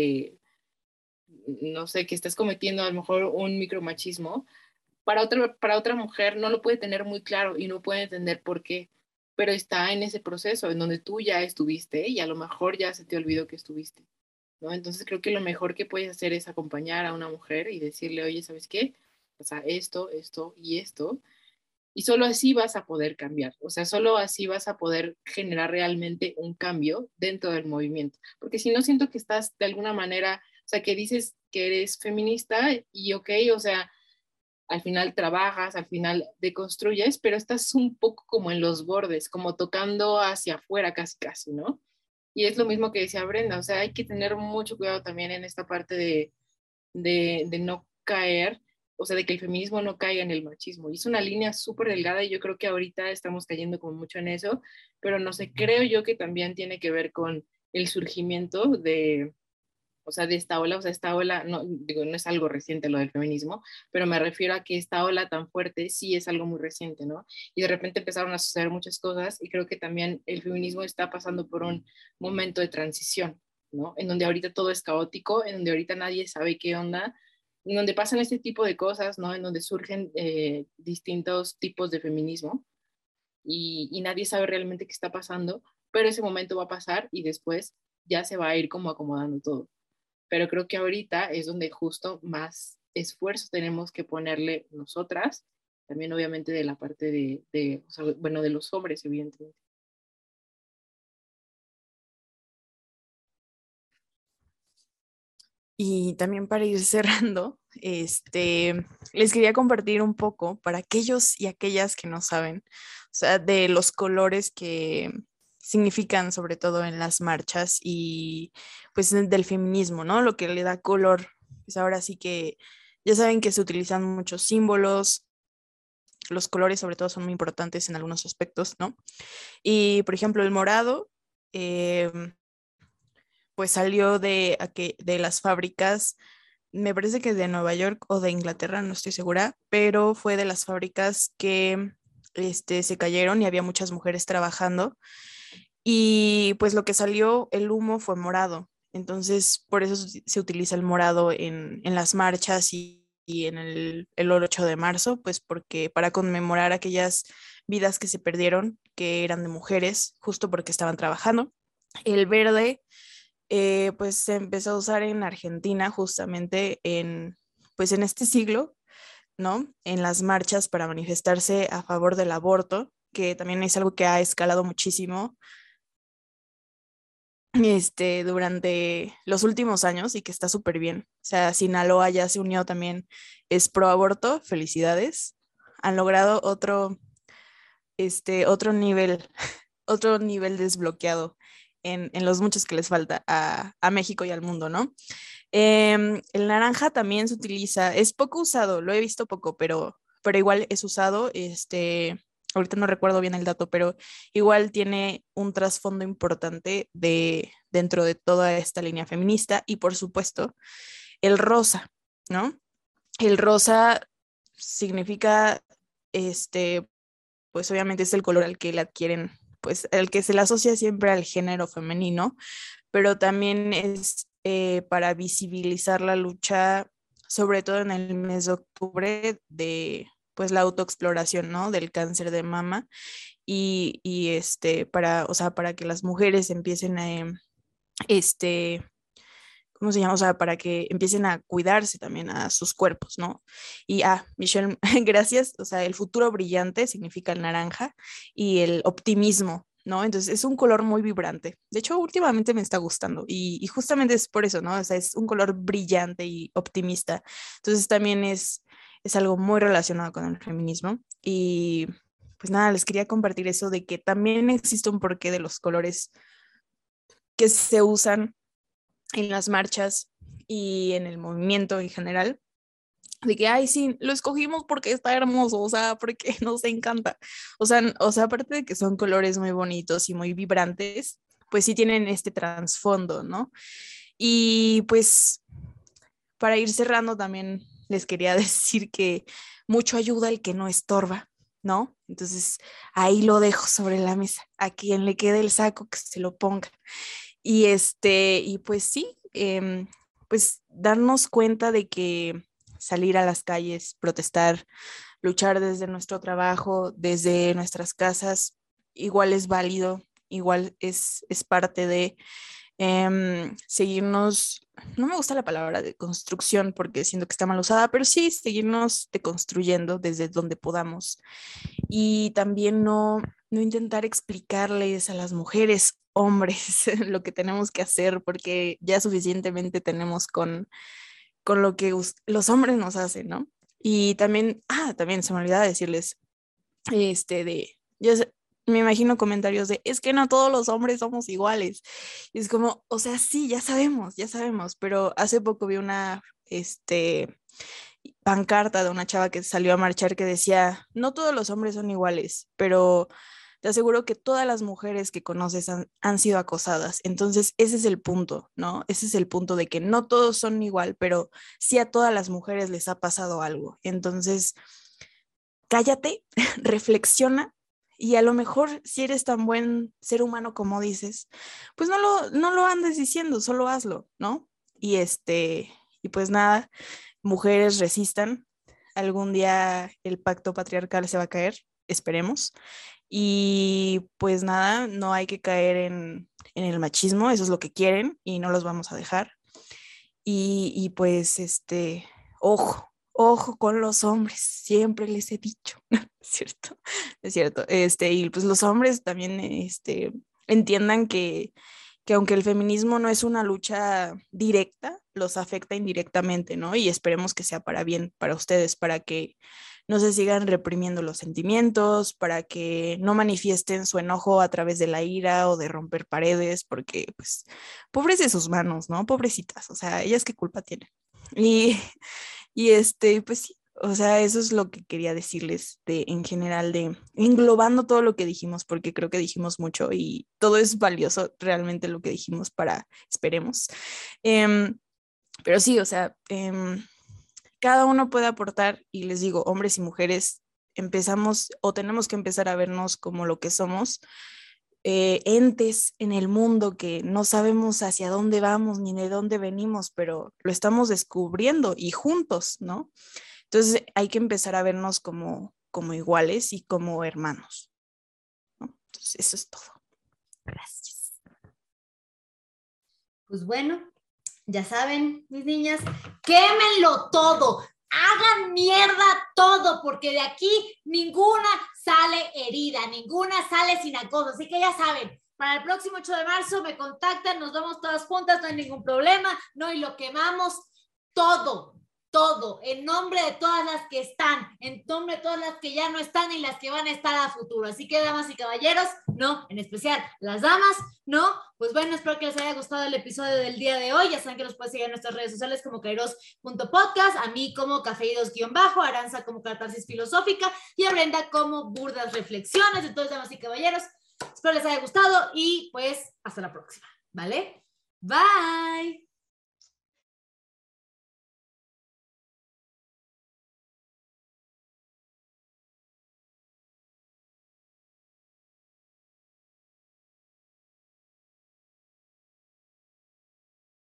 no sé, que estás cometiendo a lo mejor un micromachismo, para otra mujer no lo puede tener muy claro y no puede entender por qué, pero está en ese proceso en donde tú ya estuviste y a lo mejor ya se te olvidó que estuviste, ¿no? Entonces creo que lo mejor que puedes hacer es acompañar a una mujer y decirle, oye, ¿sabes qué? O sea, esto y esto, y solo así vas a poder cambiar, o sea, solo así vas a poder generar realmente un cambio dentro del movimiento, porque si no siento que estás de alguna manera, o sea, que dices que eres feminista y ok, o sea, al final trabajas, al final deconstruyes, pero estás un poco como en los bordes, como tocando hacia afuera casi casi, ¿no? Y es lo mismo que decía Brenda, o sea, hay que tener mucho cuidado también en esta parte de no caer, o sea, de que el feminismo no caiga en el machismo. Y es una línea súper delgada y yo creo que ahorita estamos cayendo como mucho en eso, pero no sé, creo yo que también tiene que ver con el surgimiento de, o sea, de esta ola, o sea, esta ola, no, digo, no es algo reciente lo del feminismo, pero me refiero a que esta ola tan fuerte sí es algo muy reciente, ¿no? Y de repente empezaron a suceder muchas cosas y creo que también el feminismo está pasando por un momento de transición, ¿no? En donde ahorita todo es caótico, en donde ahorita nadie sabe qué onda, en donde pasan este tipo de cosas, ¿no? En donde surgen distintos tipos de feminismo y nadie sabe realmente qué está pasando, pero ese momento va a pasar y después ya se va a ir como acomodando todo, pero creo que ahorita es donde justo más esfuerzo tenemos que ponerle nosotras, también obviamente de la parte o sea, bueno, de los hombres, evidentemente. Y también para ir cerrando, les quería compartir un poco para aquellos y aquellas que no saben, o sea, de los colores que significan sobre todo en las marchas y pues del feminismo, ¿no? Lo que le da color, pues ahora sí que ya saben que se utilizan muchos símbolos, los colores sobre todo son muy importantes en algunos aspectos, ¿no? Y por ejemplo, el morado, pues salió de las fábricas, me parece que de Nueva York o de Inglaterra, no estoy segura, pero fue de las fábricas que se cayeron y había muchas mujeres trabajando y pues lo que salió, el humo fue morado. Entonces, por eso se utiliza el morado en las marchas y en el 8 de marzo, pues porque para conmemorar aquellas vidas que se perdieron, que eran de mujeres, justo porque estaban trabajando. El verde pues se empezó a usar en Argentina justamente pues en este siglo, ¿no? En las marchas para manifestarse a favor del aborto, que también es algo que ha escalado muchísimo durante los últimos años y que está súper bien. O sea, Sinaloa ya se unió también, es pro aborto, felicidades. Han logrado otro nivel, otro nivel desbloqueado en los muchos que les falta a México y al mundo, ¿no? El naranja también se utiliza, es poco usado, lo he visto poco, pero igual es usado, ahorita no recuerdo bien el dato, pero igual tiene un trasfondo importante dentro de toda esta línea feminista y por supuesto el rosa, ¿no? El rosa significa, pues obviamente es el color al que le adquieren, pues el que se le asocia siempre al género femenino, pero también es para visibilizar la lucha, sobre todo en el mes de octubre, de pues la autoexploración, ¿no? Del cáncer de mama y o sea, para que las mujeres empiecen este, ¿cómo se llama? O sea, para que empiecen a cuidarse también a sus cuerpos, ¿no? Y, Michelle, gracias, o sea, el futuro brillante significa el naranja y el optimismo, ¿no? Entonces es un color muy vibrante. De hecho, últimamente me está gustando y justamente es por eso, ¿no? O sea, es un color brillante y optimista. Entonces también es algo muy relacionado con el feminismo y pues nada, les quería compartir eso de que también existe un porqué de los colores que se usan en las marchas y en el movimiento en general, de que, ay, sí, lo escogimos porque está hermoso, o sea, porque nos encanta. O sea, aparte de que son colores muy bonitos y muy vibrantes, pues sí tienen este trasfondo, ¿no? Y pues para ir cerrando también les quería decir que mucho ayuda el que no estorba, ¿no? Entonces ahí lo dejo sobre la mesa. A quien le quede el saco, que se lo ponga. Y pues sí, pues darnos cuenta de que salir a las calles, protestar, luchar desde nuestro trabajo, desde nuestras casas, igual es válido, igual es parte de seguirnos, no me gusta la palabra de construcción porque siento que está mal usada, pero sí seguirnos deconstruyendo desde donde podamos y también no intentar explicarles a las mujeres, hombres, lo que tenemos que hacer porque ya suficientemente tenemos con lo que los hombres nos hacen, ¿no? Y también se me olvidaba decirles, me imagino comentarios de, es que no todos los hombres somos iguales. Y es como, o sea, sí, ya sabemos, pero hace poco vi una, pancarta de una chava que salió a marchar que decía, no todos los hombres son iguales, pero te aseguro que todas las mujeres que conoces han sido acosadas. Entonces, ese es el punto, ¿no? Ese es el punto de que no todos son igual, pero sí a todas las mujeres les ha pasado algo. Entonces, cállate, reflexiona y a lo mejor si eres tan buen ser humano como dices, pues no lo andes diciendo, solo hazlo, ¿no? Y pues nada, mujeres resistan, algún día el pacto patriarcal se va a caer, esperemos. Y pues nada, no hay que caer en el machismo, eso es lo que quieren y no los vamos a dejar. Y pues ojo con los hombres, siempre les he dicho, ¿es cierto? Es cierto. Y pues los hombres también entiendan que aunque el feminismo no es una lucha directa, los afecta indirectamente, ¿no? Y esperemos que sea para bien para ustedes, para que no se sigan reprimiendo los sentimientos, para que no manifiesten su enojo a través de la ira o de romper paredes, porque pues pobres de sus manos, ¿no? Pobrecitas, o sea, ellas qué culpa tienen. Y, pues sí, o sea, eso es lo que quería decirles en general, englobando todo lo que dijimos, porque creo que dijimos mucho y todo es valioso realmente lo que dijimos esperemos. Em, pero sí, o sea, cada uno puede aportar y les digo, hombres y mujeres, empezamos o tenemos que empezar a vernos como lo que somos, entes en el mundo que no sabemos hacia dónde vamos ni de dónde venimos, pero lo estamos descubriendo y juntos, ¿no? Entonces hay que empezar a vernos como iguales y como hermanos, ¿no? Entonces eso es todo. Gracias. Pues bueno, ya saben, mis niñas, quémenlo todo, hagan mierda todo, porque de aquí ninguna sale herida, ninguna sale sin acoso. Así que ya saben, para el próximo 8 de marzo me contactan, nos vamos todas juntas, no hay ningún problema, no, y lo quemamos todo, en nombre de todas las que están, en nombre de todas las que ya no están y las que van a estar a futuro. Así que, damas y caballeros, no, en especial las damas, no, pues bueno, espero que les haya gustado el episodio del día de hoy. Ya saben que los pueden seguir en nuestras redes sociales como kairos.podcast, a mí como cafeidos_, a Aranza como catarsis filosófica y a Brenda como burdas reflexiones. Entonces, damas y caballeros, espero les haya gustado y pues hasta la próxima, ¿vale? Bye.